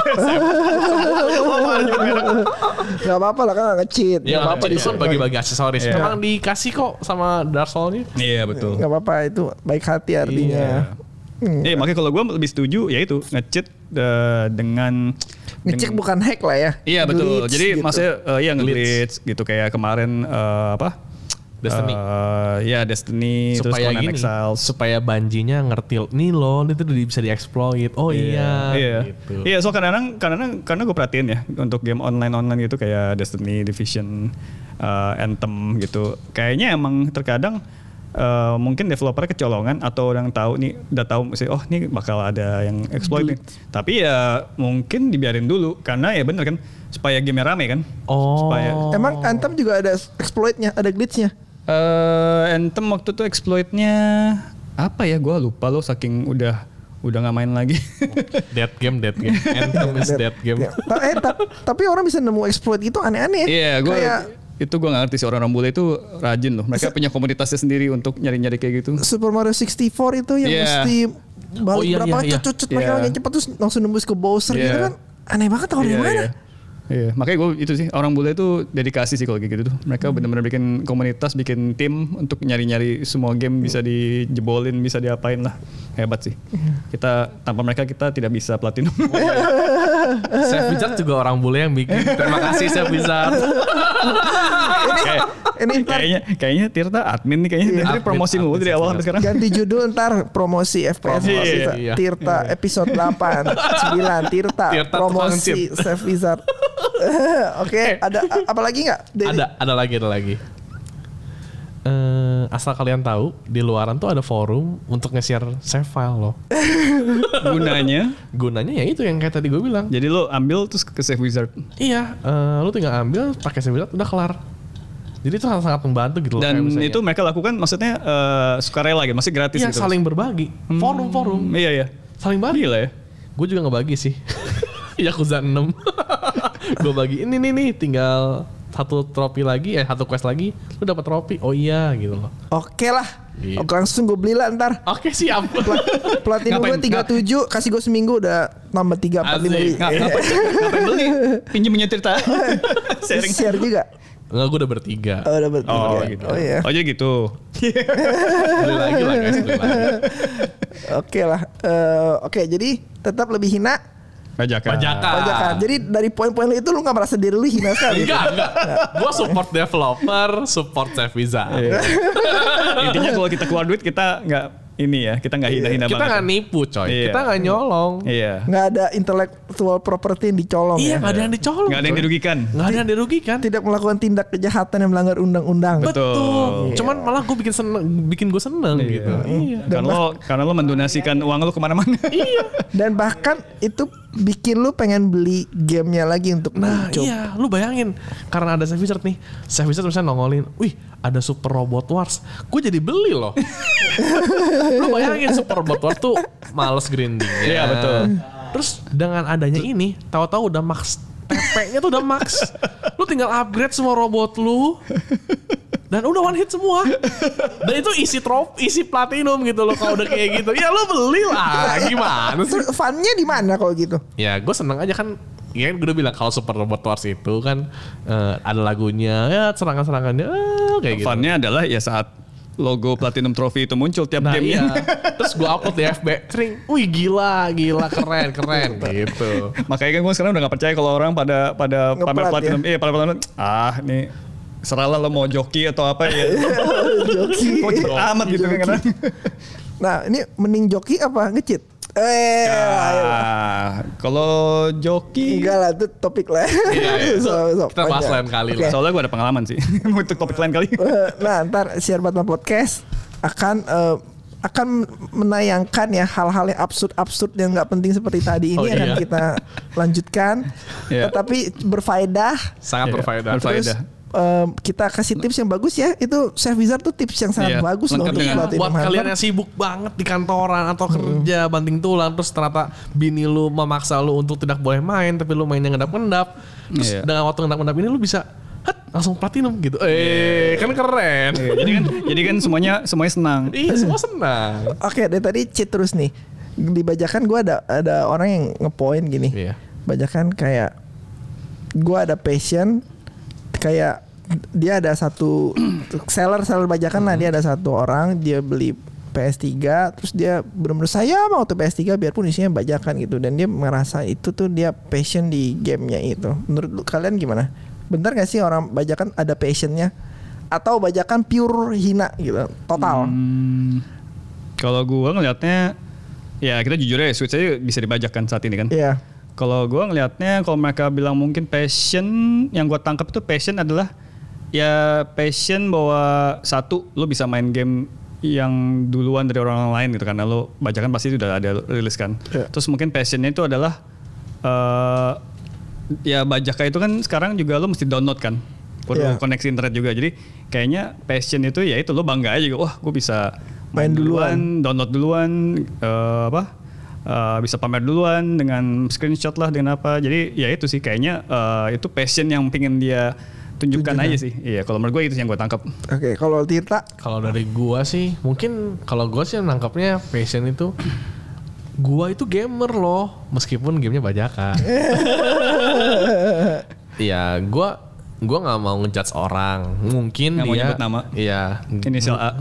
Gak apa-apa lah kan gak nge-cheat. Ya Gak apa-apa apa-apa di itu bagi-bagi aksesoris. Iya. Memang dikasih kok sama Dark Souls-nya. Iya betul. Gak apa-apa, itu baik hati artinya. Hmm. Iya makanya kalau gue lebih setuju ya itu nge-cheat uh, dengan Ngecek bukan hack lah ya. Iya betul. Glitch Jadi gitu. maksudnya uh, iya Glitch. nge-glitch gitu kayak kemarin uh, apa? Destiny. Uh, ya Destiny terus Supaya Conan gini, Exiles. supaya Bungie-nya ngerti nih loh, itu udah bisa dieksploit. Oh iya, Iya. gitu. Iya, so kadang-kadang karena karena gue perhatiin ya untuk game online-online gitu kayak Destiny, Division, uh, Anthem gitu. Kayaknya emang terkadang uh, mungkin developernya kecolongan atau orang tahu nih udah tahu sih oh nih bakal ada yang exploit nih. Tapi ya mungkin dibiarin dulu karena ya bener kan supaya game rame kan. Oh. Supaya Emang Anthem juga ada exploitnya, ada glitchnya. uh, Anthem waktu itu exploitnya apa ya? Gue lupa loh saking udah udah nggak main lagi. Dead game, dead game. Anthem is dead game. Ya. Ta- eh, ta- tapi orang bisa nemu exploit gitu aneh-aneh. Iya, gue Kayak itu gue nggak ngerti sih orang-orang bule itu rajin loh. Mereka punya komunitasnya sendiri untuk nyari-nyari kayak gitu. Super Mario enam puluh empat itu yang Iya. mesti balik Oh, iya, berapa iya, iya. cut-cut Iya. mereka lagi cepet terus langsung nembus ke Bowser Iya. gitu kan. Aneh banget orang Iya, mana. iya. Iya, makanya gue itu sih orang bule itu dedikasi sih kalau kayak gitu tuh. Mereka benar-benar bikin komunitas, bikin tim untuk nyari-nyari semua game bisa dijebolin, bisa diapain lah. Hebat sih. Kita tanpa mereka kita tidak bisa platinum. Chef Wizard juga orang bule yang bikin. Terima kasih Chef Wizard. Kayak, Ini ntar kayaknya kayaknya Tirta admin nih kayaknya dari Admin, promosi mulu admin dari awal Chef sampai sekarang. ganti judul ntar promosi F P S Promosi, Tirta, iya. Tirta episode delapan sembilan Tirta, Tirta promosi tukang cheat. Chef Wizard. Oke, ada a- apa lagi nggak? Dari- Ada, ada lagi, ada lagi. Eh, asal kalian tahu di luaran tuh ada forum untuk nge-share save file loh. Gunanya, Gunanya ya itu yang kayak tadi gue bilang. jadi lo ambil terus ke Save Wizard. Iya, eh, lu tinggal ambil pakai save wizard udah kelar. Jadi itu sangat sangat membantu gitu loh. Dan kayak misalnya- itu mereka lakukan maksudnya eh, sukarela gitu, masih gratis iya gitu. saling berbagi. Forum-forum Hmm, iya iya. saling bagi. Gila ya. Gue juga ngebagi sih. Yakuza enam. Gue bagi ini nih nih tinggal satu trofi lagi eh satu quest lagi lu dapat trofi. Oh iya gitu loh. Oke lah, Gitu. Oke, langsung gue beli lah ntar. Oke siap. Platinum gue Ngapain? tiga puluh tujuh, kasih gue seminggu udah nambah tiga empat lima. Asik. Nga- Ngapain, ngapain beli? Pinjemin cerita. Sharing. Share juga. Enggak, gue udah bertiga. Oh, udah betul. Oh ya. gitu. Oh iya. Oh jadi gitu. Beli lagi lah guys, beli lagi. Oke lah. Eh, Oke, jadi tetap lebih hina Bajakan. Bajakan. pajakan. Jadi dari poin-poin lu itu lu nggak merasa diri lu hina sekali. Enggak, enggak. Gue support developer, support Chef Wizard. Iya. Intinya kalau kita keluar duit kita nggak ini ya, kita nggak hina-hina Kita banget. nggak nipu coy, Iya. kita nggak nyolong. Iya. Nggak ada intellectual property yang dicolong Iya, ya. nggak ada yang dicolong. Nggak ada yang coy. dirugikan. Nggak ada yang dirugikan. Tidak melakukan tindak kejahatan yang melanggar undang-undang. Betul. Betul. Cuman malah gue bikin seneng, bikin gue seneng gitu. Iya. Karena lo karena lo mendonasikan uang lo kemana-mana. Iya. Dan bahkan itu bikin lu pengen beli gamenya lagi untuk Nah coba. iya, lu bayangin karena ada Chef Wizard nih, Chef Wizard misalnya nongolin, wih ada Super Robot Wars, gue jadi beli loh. Lu bayangin Super Robot Wars tuh males grinding. Iya, betul. Terus dengan adanya ini, tahu-tahu udah max T P-nya tuh udah max. Lu tinggal upgrade semua robot lu. Dan udah one hit semua. Dan itu isi trop, isi platinum gitu loh kalau udah kayak gitu. Ya lo beli lah, gimana sih? Terus funnya di mana kalau gitu? Ya gue seneng aja kan. Ya kan gue udah bilang kalau Super Robot Wars itu kan uh, ada lagunya, ya serangan-serangannya uh, kayak gitu. Funnya adalah ya saat logo Platinum Trophy itu muncul tiap Nah gamenya. iya. Terus gue upload di F B, sering, wih gila, gila, keren, keren gitu. Makanya kan gue sekarang udah gak percaya kalau orang pada pada Ngeplat pamer Platinum. ya? Iya, pada Platinum. Ah, nih seralah lo mau joki atau apa ya. Joki. Kok cepet amat gitu kan kadang. Nah ini mending joki apa nge-cheat? Eh, ayo. Ah, kalau joki Enggak lah, itu topik lah. Iya, iya. So- so- Kita bahas panjang. lain kali Oke. lah. soalnya gue ada pengalaman sih untuk topik lain kali. Eh, Nah, ntar Share Batman Podcast akan eh, akan menayangkan ya hal-hal yang absurd-absurd yang nggak penting seperti tadi ini Oh, akan iya. kita lanjutkan, Iya. tetapi berfaedah. Sangat Iya, berfaedah. berfaedah. Terus eh, kita kasih tips yang bagus ya. Itu Chef Wizard tuh tips yang sangat Iya, bagus loh lengkap untuk dengan- Platinum Buat Hunter. kalian yang sibuk banget di kantoran atau kerja banting tulang, terus ternyata bini lu memaksa lu untuk tidak boleh main tapi lu mainnya ngendap-ngendap, terus Iya. dengan waktu ngendap-ngendap ini lu bisa hat, langsung platinum gitu. Eh kan keren. Iya, jadi kan jadi kan semuanya semuanya senang. Iya semua senang. Oke, dari tadi cheat terus nih. Di bajakan gue ada ada orang yang ngepoin gini. Iya. Bajakan kayak gue ada passion, kayak dia ada satu seller seller bajakan lah, dia ada satu orang dia beli P S tiga, terus dia benar-benar saya mau tuh P S tiga biarpun isinya bajakan gitu, dan dia merasa itu tuh dia passion di gamenya itu. Menurut lu- kalian gimana? Bener gak sih orang bajakan ada passionnya, atau bajakan pure hina gitu total? Hmm, kalau gua ngelihatnya ya kita jujur ya Switch aja bisa dibajakan saat ini kan. Iya. Kalau gua ngelihatnya kalau mereka bilang mungkin passion yang gua tangkap itu passion adalah ya passion bahwa satu lo bisa main game yang duluan dari orang lain gitu karena lo bajakan pasti sudah ada rilis kan. Iya. Terus mungkin passionnya itu adalah eh ya bajaka itu kan sekarang juga lo mesti download kan. Perlu Iya. koneksi internet juga. Jadi kayaknya passion itu ya itu lo bangga aja gitu. Wah, gue bisa Main main, duluan. duluan, download duluan eh, apa? eh, bisa pamer duluan dengan screenshot lah dengan apa. Jadi ya itu sih kayaknya eh, itu passion yang pengen dia tunjukkan Tunjukkan. aja sih. Iya, kalau menurut gue itu sih yang gue tangkap. Oke, kalau Tirta Kalau dari gua sih, mungkin kalau gua sih nangkapnya passion itu gua itu gamer loh, meskipun gamenya bajakan. Iya, gua gua nggak mau ngejudge orang. Mungkin Nggak mau dia, nyebut nama. Iya, Inisial A.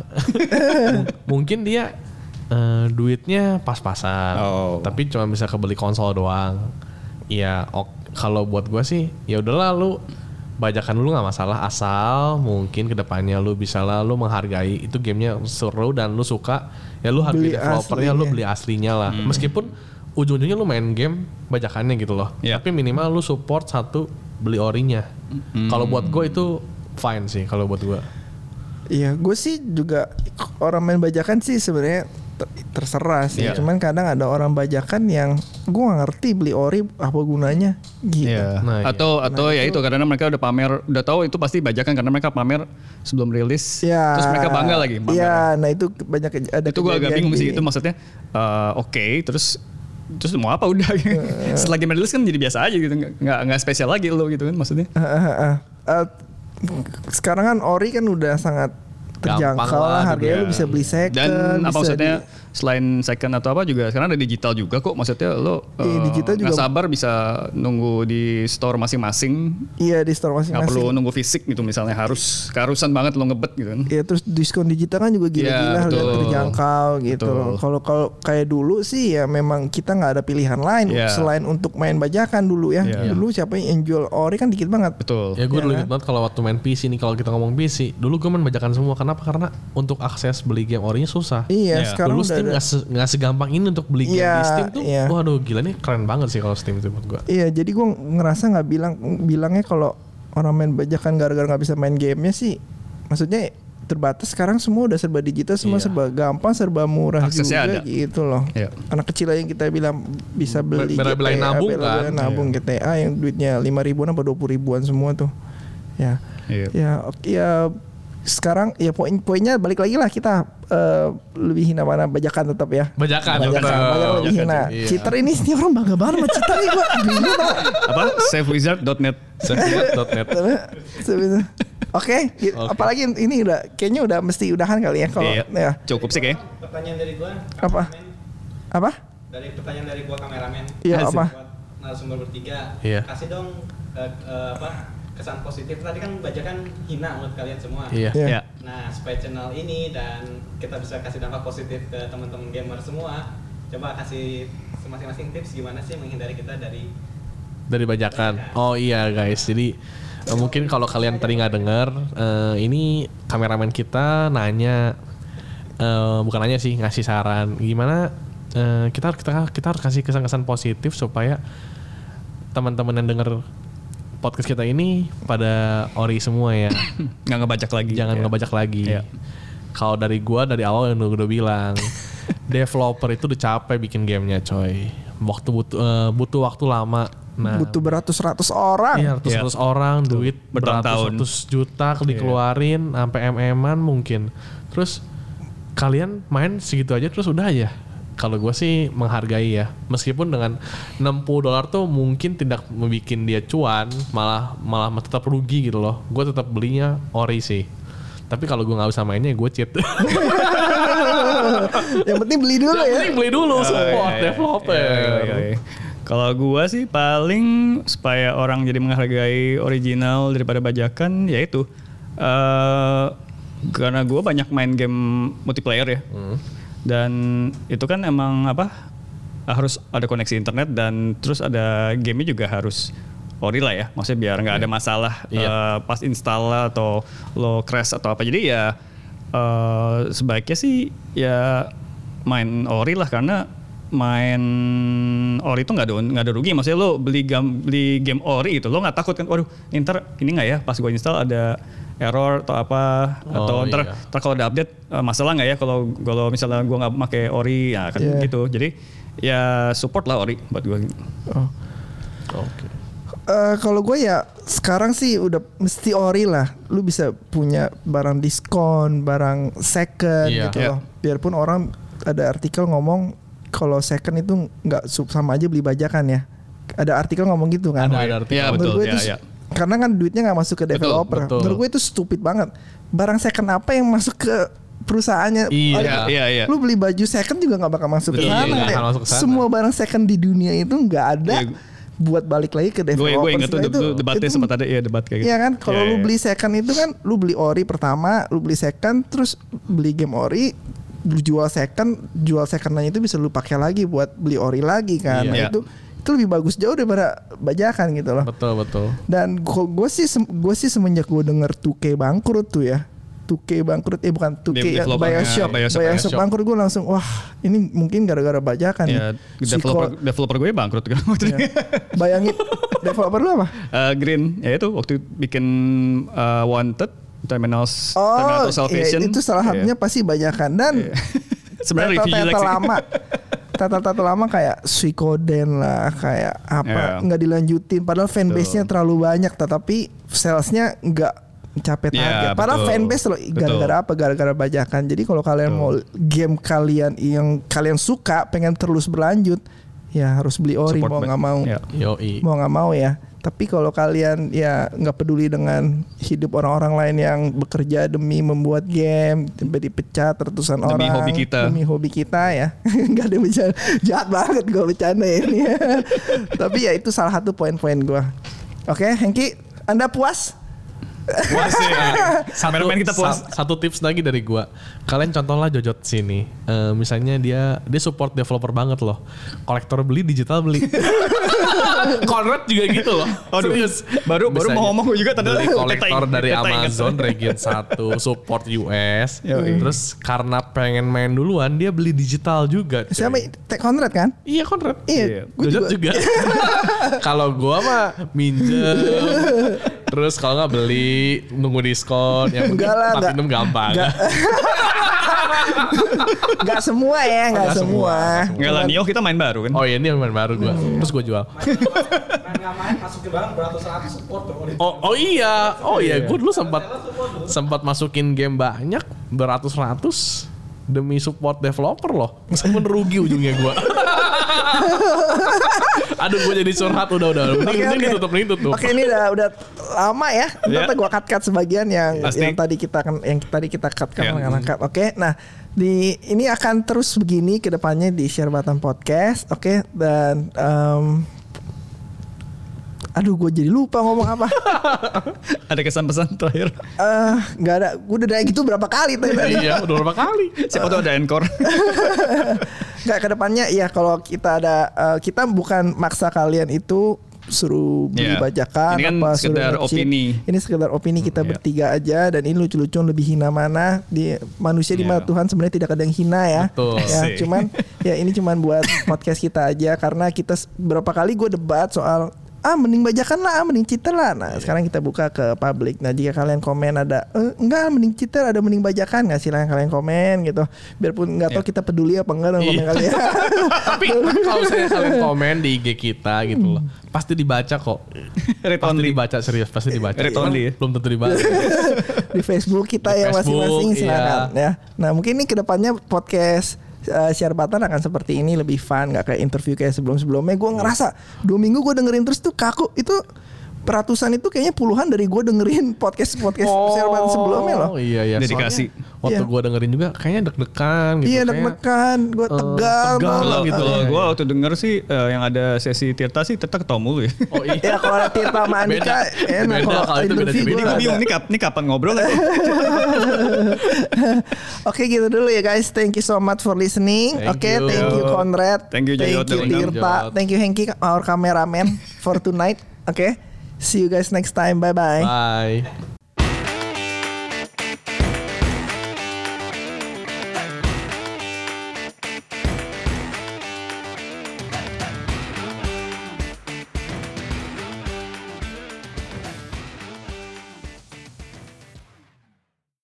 mungkin dia eh, duitnya pas-pasan, Oh. tapi cuma bisa kebeli konsol doang. Iya, ok, kalau buat gua sih, ya udahlah lu bajakan dulu nggak masalah, asal mungkin kedepannya lu bisa lah lu menghargai itu gamenya seru dan lu suka, ya lu hargai Beli developernya, lu aslinya. beli aslinya lah. Meskipun ujung-ujungnya lu main game bajakannya gitu loh, Iya. tapi minimal lu support satu beli orinya. Kalau buat gua itu fine sih kalau buat gua. iya, gue sih juga orang main bajakan sih sebenarnya ter- terserah sih. Iya. Cuman kadang ada orang bajakan yang gue gak ngerti beli ori apa gunanya gitu. Iya. Nah, iya. atau atau ya itu karena mereka udah pamer, udah tahu itu pasti bajakan karena mereka pamer sebelum rilis. Iya. Terus mereka bangga lagi pamer. Iya, nah itu banyak kej- ada Itu gue agak kejadian bingung sih gini. itu maksudnya eh, oke terus terus mau apa udah setelah game rilis kan jadi biasa aja gitu nggak nggak nggak spesial lagi lo gitu kan maksudnya. Ah, ah, ah. Eh, sekarang kan ori kan udah sangat terjangkau Gampang lah lah, harganya juga. lu bisa beli second. Dan apa bisa maksudnya di- selain second atau apa juga sekarang ada digital juga kok maksudnya lo Iya, eh, digital juga. nggak sabar bisa nunggu di store masing-masing Iya di store nggak masing-masing. perlu nunggu fisik gitu misalnya harus keharusan banget lo ngebet gitu kan. Iya, terus diskon digital kan juga gila-gila, Iya, harga betul. terjangkau gitu Betul. loh. Kalau kalau kayak dulu sih ya memang kita nggak ada pilihan lain Iya. selain untuk main bajakan dulu ya. Iya. Dulu siapa yang jual ori kan dikit banget. Betul. Ya gue Iya dulu kan? inget banget kalau waktu main P C nih, kalau kita ngomong P C, dulu gue main bajakan semua. Kenapa? Karena untuk akses beli game orinya susah. Iya, Iya. sekarang Dulu udah Steam ada. nggak se- nggak segampang ini untuk beli game Iya, di Steam tuh. iya. Waduh gila nih keren banget sih kalau Steam itu buat gue. Iya, jadi gue ngerasa nggak bilang bilangnya kalau orang main bajakan gara-gara nggak bisa main gamenya sih, maksudnya terbatas. Sekarang semua udah serba digital, semua Iya. serba gampang, serba murah Aksesnya juga ada. gitu loh. Iya. Anak kecil aja yang kita bilang bisa beli Bela-belain G T A, nabung bela-belain kan? nabung G T A yang duitnya lima ribuan apa dua puluh ribuan semua tuh. Ya. Iya. Ya, oke ya. Sekarang ya poin-poinnya balik lagi lah kita eh, lebih hina mana bajakan tetap ya. Bajakan, Bajakan, tetap. bajakan lebih hina. Iya. Cheater ini ini orang bangga banget sama cheater nih gue. Bingung tau. Apa? savewizard dot net. Savewizard dot net. Sebenarnya. Oke, Oke. apalagi ini udah kayaknya udah mesti udahan kali ya kalau Iya. ya. Cukup sih kayaknya. Pertanyaan dari gua. Apa? kameramen. Apa? Dari pertanyaan dari gua kameramen. Iya, Asik. apa? Buat narasumber bertiga. Iya. Kasih dong eh, eh, apa kesan positif. Tadi kan bajakan hina menurut kalian semua. Iya. Iya. Ya. Nah, supaya channel ini dan kita bisa kasih dampak positif ke teman-teman gamer semua, coba kasih masing-masing tips gimana sih menghindari kita dari Dari bajakan. Oh iya guys, jadi eh, mungkin kalau kalian tadi nggak dengar, eh, ini kameramen kita nanya, eh, bukan nanya sih, ngasih saran gimana eh, kita kita kita harus kasih kesan-kesan positif supaya teman-teman yang dengar podcast kita ini pada ori semua ya. Nggak ngebajak lagi. Jangan Ya. ngebajak lagi. Iya. Kalau dari gua dari awal yang udah, udah bilang, developer itu udah capek bikin gamenya coy. Waktu butuh eh, butuh waktu lama. Nah, Butuh beratus-ratus orang. iya, ratus-ratus orang, duit bertahun-tahun. beratus-ratus juta dikeluarin sampai em-eman mungkin. Terus kalian main segitu aja terus udah aja. Kalau gue sih menghargai ya, meskipun dengan enam puluh dolar tuh mungkin tidak membuat dia cuan, malah malah tetap rugi gitu loh. Gue tetap belinya ori sih. Tapi kalau gue nggak bisa mainnya, gue cheat. Yang penting beli dulu Yang ya. penting beli dulu support iya, iya. developer. Iya, iya, iya, iya. Kalau gua sih paling supaya orang jadi menghargai original daripada bajakan, yaitu uh, karena gua banyak main game multiplayer ya. Hmm. Dan itu kan emang apa harus ada koneksi internet dan terus ada gamenya juga harus ori lah ya, maksudnya biar nggak ada masalah Iya. uh, pas install atau lo crash atau apa. Jadi ya uh, sebaiknya sih ya main ori lah, karena main ori itu nggak ada nggak ada rugi. Maksudnya lo beli game beli game ori itu lo nggak takut kan, waduh ntar ini nggak ya pas gue install ada error atau apa, Oh, atau ntar, iya. ntar kalau ada update uh, masalah nggak ya kalau kalau misalnya gue nggak pakai ori ya kan Iya. gitu. Jadi ya support lah ori buat gue. Oh. Oke. Eh, kalau gue ya sekarang sih udah mesti ori lah. Lu bisa punya barang diskon, barang second Iya. gitu Iya. loh. Biarpun orang ada artikel ngomong kalau second itu nggak sub- sama aja beli bajakan ya. Ada artikel ngomong gitu kan. Ada ada artikel. Iya, Menurut betul, gue ya, itu ya. karena kan duitnya nggak masuk ke developer. betul. Menurut gue itu stupid banget. Barang second apa yang masuk ke perusahaannya? Iya. Oh, Iya, iya. Lu beli baju second juga nggak bakal masuk ke Betul, sana. iya, nggak Dek. akan masuk ke sana. Semua barang second di dunia itu nggak ada Iya. buat balik lagi ke Gue developer. gue inget tuh Itu- deb- debatnya itu- sempat ada ya debat kayak gitu. Iya kan, kalau Iya, lu iya. beli second itu kan, lu beli ori pertama, lu beli second, terus beli game ori, lu jual second, jual secondnya itu bisa lu pakai lagi buat beli ori lagi kan. Iya. Nah, Iya. itu itu lebih bagus jauh daripada bajakan gitu loh. Betul betul. Dan gue sih gue sih semenjak gue denger two K bangkrut tuh ya. two K bangkrut, eh bukan two K Game ya, developernya Bioshock, Bioshock, Bioshock Bioshock. bangkrut, gue langsung wah ini mungkin gara-gara bajakan Ya, nih. Si developer Ko- developer gue bangkrut kan. bayangin developer lu apa? Eh, Green ya itu waktu bikin eh, Wanted Terminals Oh, Terminator iya, Salvation. itu salah Iya. satunya pasti bajakan dan Sebenarnya review jelek tato sih. lama. Tato-tato lama kayak Suikoden lah, kayak apa Iya. nggak dilanjutin. Padahal fanbase-nya Betul. terlalu banyak, tetapi salesnya nggak mencapai Iya, target. Padahal betul. fanbase loh, gara-gara apa? Gara-gara bajakan. Jadi kalau kalian Betul. mau game kalian yang kalian suka, pengen terus berlanjut, ya harus beli ori Support mau back. nggak mau. Ya. Yoi. Mau nggak mau ya. Tapi kalau kalian ya nggak peduli dengan hidup orang-orang lain yang bekerja demi membuat game, sampai dipecat ratusan Demi orang hobi kita. demi hobi kita ya, nggak ada bercanda, jahat banget gue bercanda ini. Tapi ya itu salah satu poin-poin gue. Oke, Hengki, Anda puas? Puas sih. Kameramen kita puas. sa- satu tips lagi dari gua. Kalian contohlah Jojot sini. Eh, misalnya dia dia support developer banget loh. Kolektor beli, digital beli. Conrad juga gitu loh. Aduh, Serius. baru- baru mau ngomong juga tadi. Beli kolektor Kita dari ingat. Amazon Region satu support U S. Yoi. Terus karena pengen main duluan dia beli digital juga. coy. Siapa? Tech Conrad kan? Iya Conrad. Iya, gue Jojot juga. juga. Kalau gua mah minjem. Terus kalau nggak beli nunggu diskon. Yang penting Enggak lah, enggak. Platinum gampang. Enggak. Nggak semua ya, nggak Nggak semua, semua. nggak Enggak lah, Nio kita main baru kan. Oh iya ini yang baru gua. Terus gua jual. main nggak main masukin barang beratus-ratus support tuh. Oh, oh iya, oh iya, gue dulu sempat sempat masukin game banyak beratus-ratus demi support developer loh. Meskipun rugi ujungnya gue. Aduh, gue jadi curhat udah udah. Mending Oke, mending oke. ditutup, mending tutup. Oke, ini udah udah lama ya. Ntar Ya. gue cut-cut sebagian yang Pasti. yang tadi kita kan yang tadi kita cut kan Ya. cut. Oke, nah di ini akan terus begini ke depannya di Share Button Podcast. Oke, dan em, aduh, gue jadi lupa ngomong apa. Ada kesan-pesan terakhir. Eh, nggak ada. Gue udah dari gitu berapa kali tadi. Iya, udah berapa kali? Siapa tuh ada encore. Nggak, ke depannya ya kalau kita ada eh, kita bukan maksa kalian itu suruh beli Iya. bajakan Ini kan apa sekedar suruh nge-chip. opini. Ini sekedar opini kita Iya. bertiga aja, dan ini lucu-lucuan lebih hina mana di manusia di mana Iya. Tuhan sebenarnya tidak ada yang hina ya. Betul. Ya, Sih. cuman ya ini cuman buat podcast kita aja karena kita s- berapa kali gue debat soal ah mending bajakan lah, ah mending cheater lah. Nah sekarang kita buka ke publik. Nah jika kalian komen ada e, enggak mending cheater, ada mending bajakan, nggak silahkan kalian komen gitu. Biarpun nggak tahu Iya. kita peduli apa enggak dengan komen Iya. kalian. Tapi kalau saya kalian komen di I G kita gitu loh, pasti dibaca kok. Read Pasti only. dibaca, serius pasti dibaca. Read only ya? Belum tentu dibaca. Di Facebook kita Di yang Facebook, masing-masing iya. silakan ya. Nah mungkin ini kedepannya podcast uh, Share Button akan seperti ini, lebih fun, nggak kayak interview kayak sebelum-sebelumnya. Gue ngerasa dua minggu gue dengerin terus tuh kaku. Itu peratusan itu kayaknya puluhan dari gue dengerin podcast podcast Share Button sebelumnya loh. Oh iya iya. Dedikasi. Soalnya waktu Iya. gue dengerin juga kayaknya deg-degan gitu. Iya Kayak, deg-degan, gue eh, tegal tegang banget. Kalau gitu. kalau Iya, gue iya. waktu denger sih eh, yang ada sesi Tirta sih Tirta ketawa mulu ya. Oh iya. Ya kalau ada Tirta sama Andika Beda. enak. Beda, Kalau kalau itu beda interview cerita. gue Ini gue ada. bingung nih, kap, nih kapan ngobrol ya? Oke gitu dulu ya guys. Thank you so much for listening. Thank Oke, you. thank you Conrad. Thank you, Jayot. Thank you Thank you, Tirta. Jayot. Thank you Hengki, our cameraman for tonight. Oke. See you guys next time. Bye bye. Bye.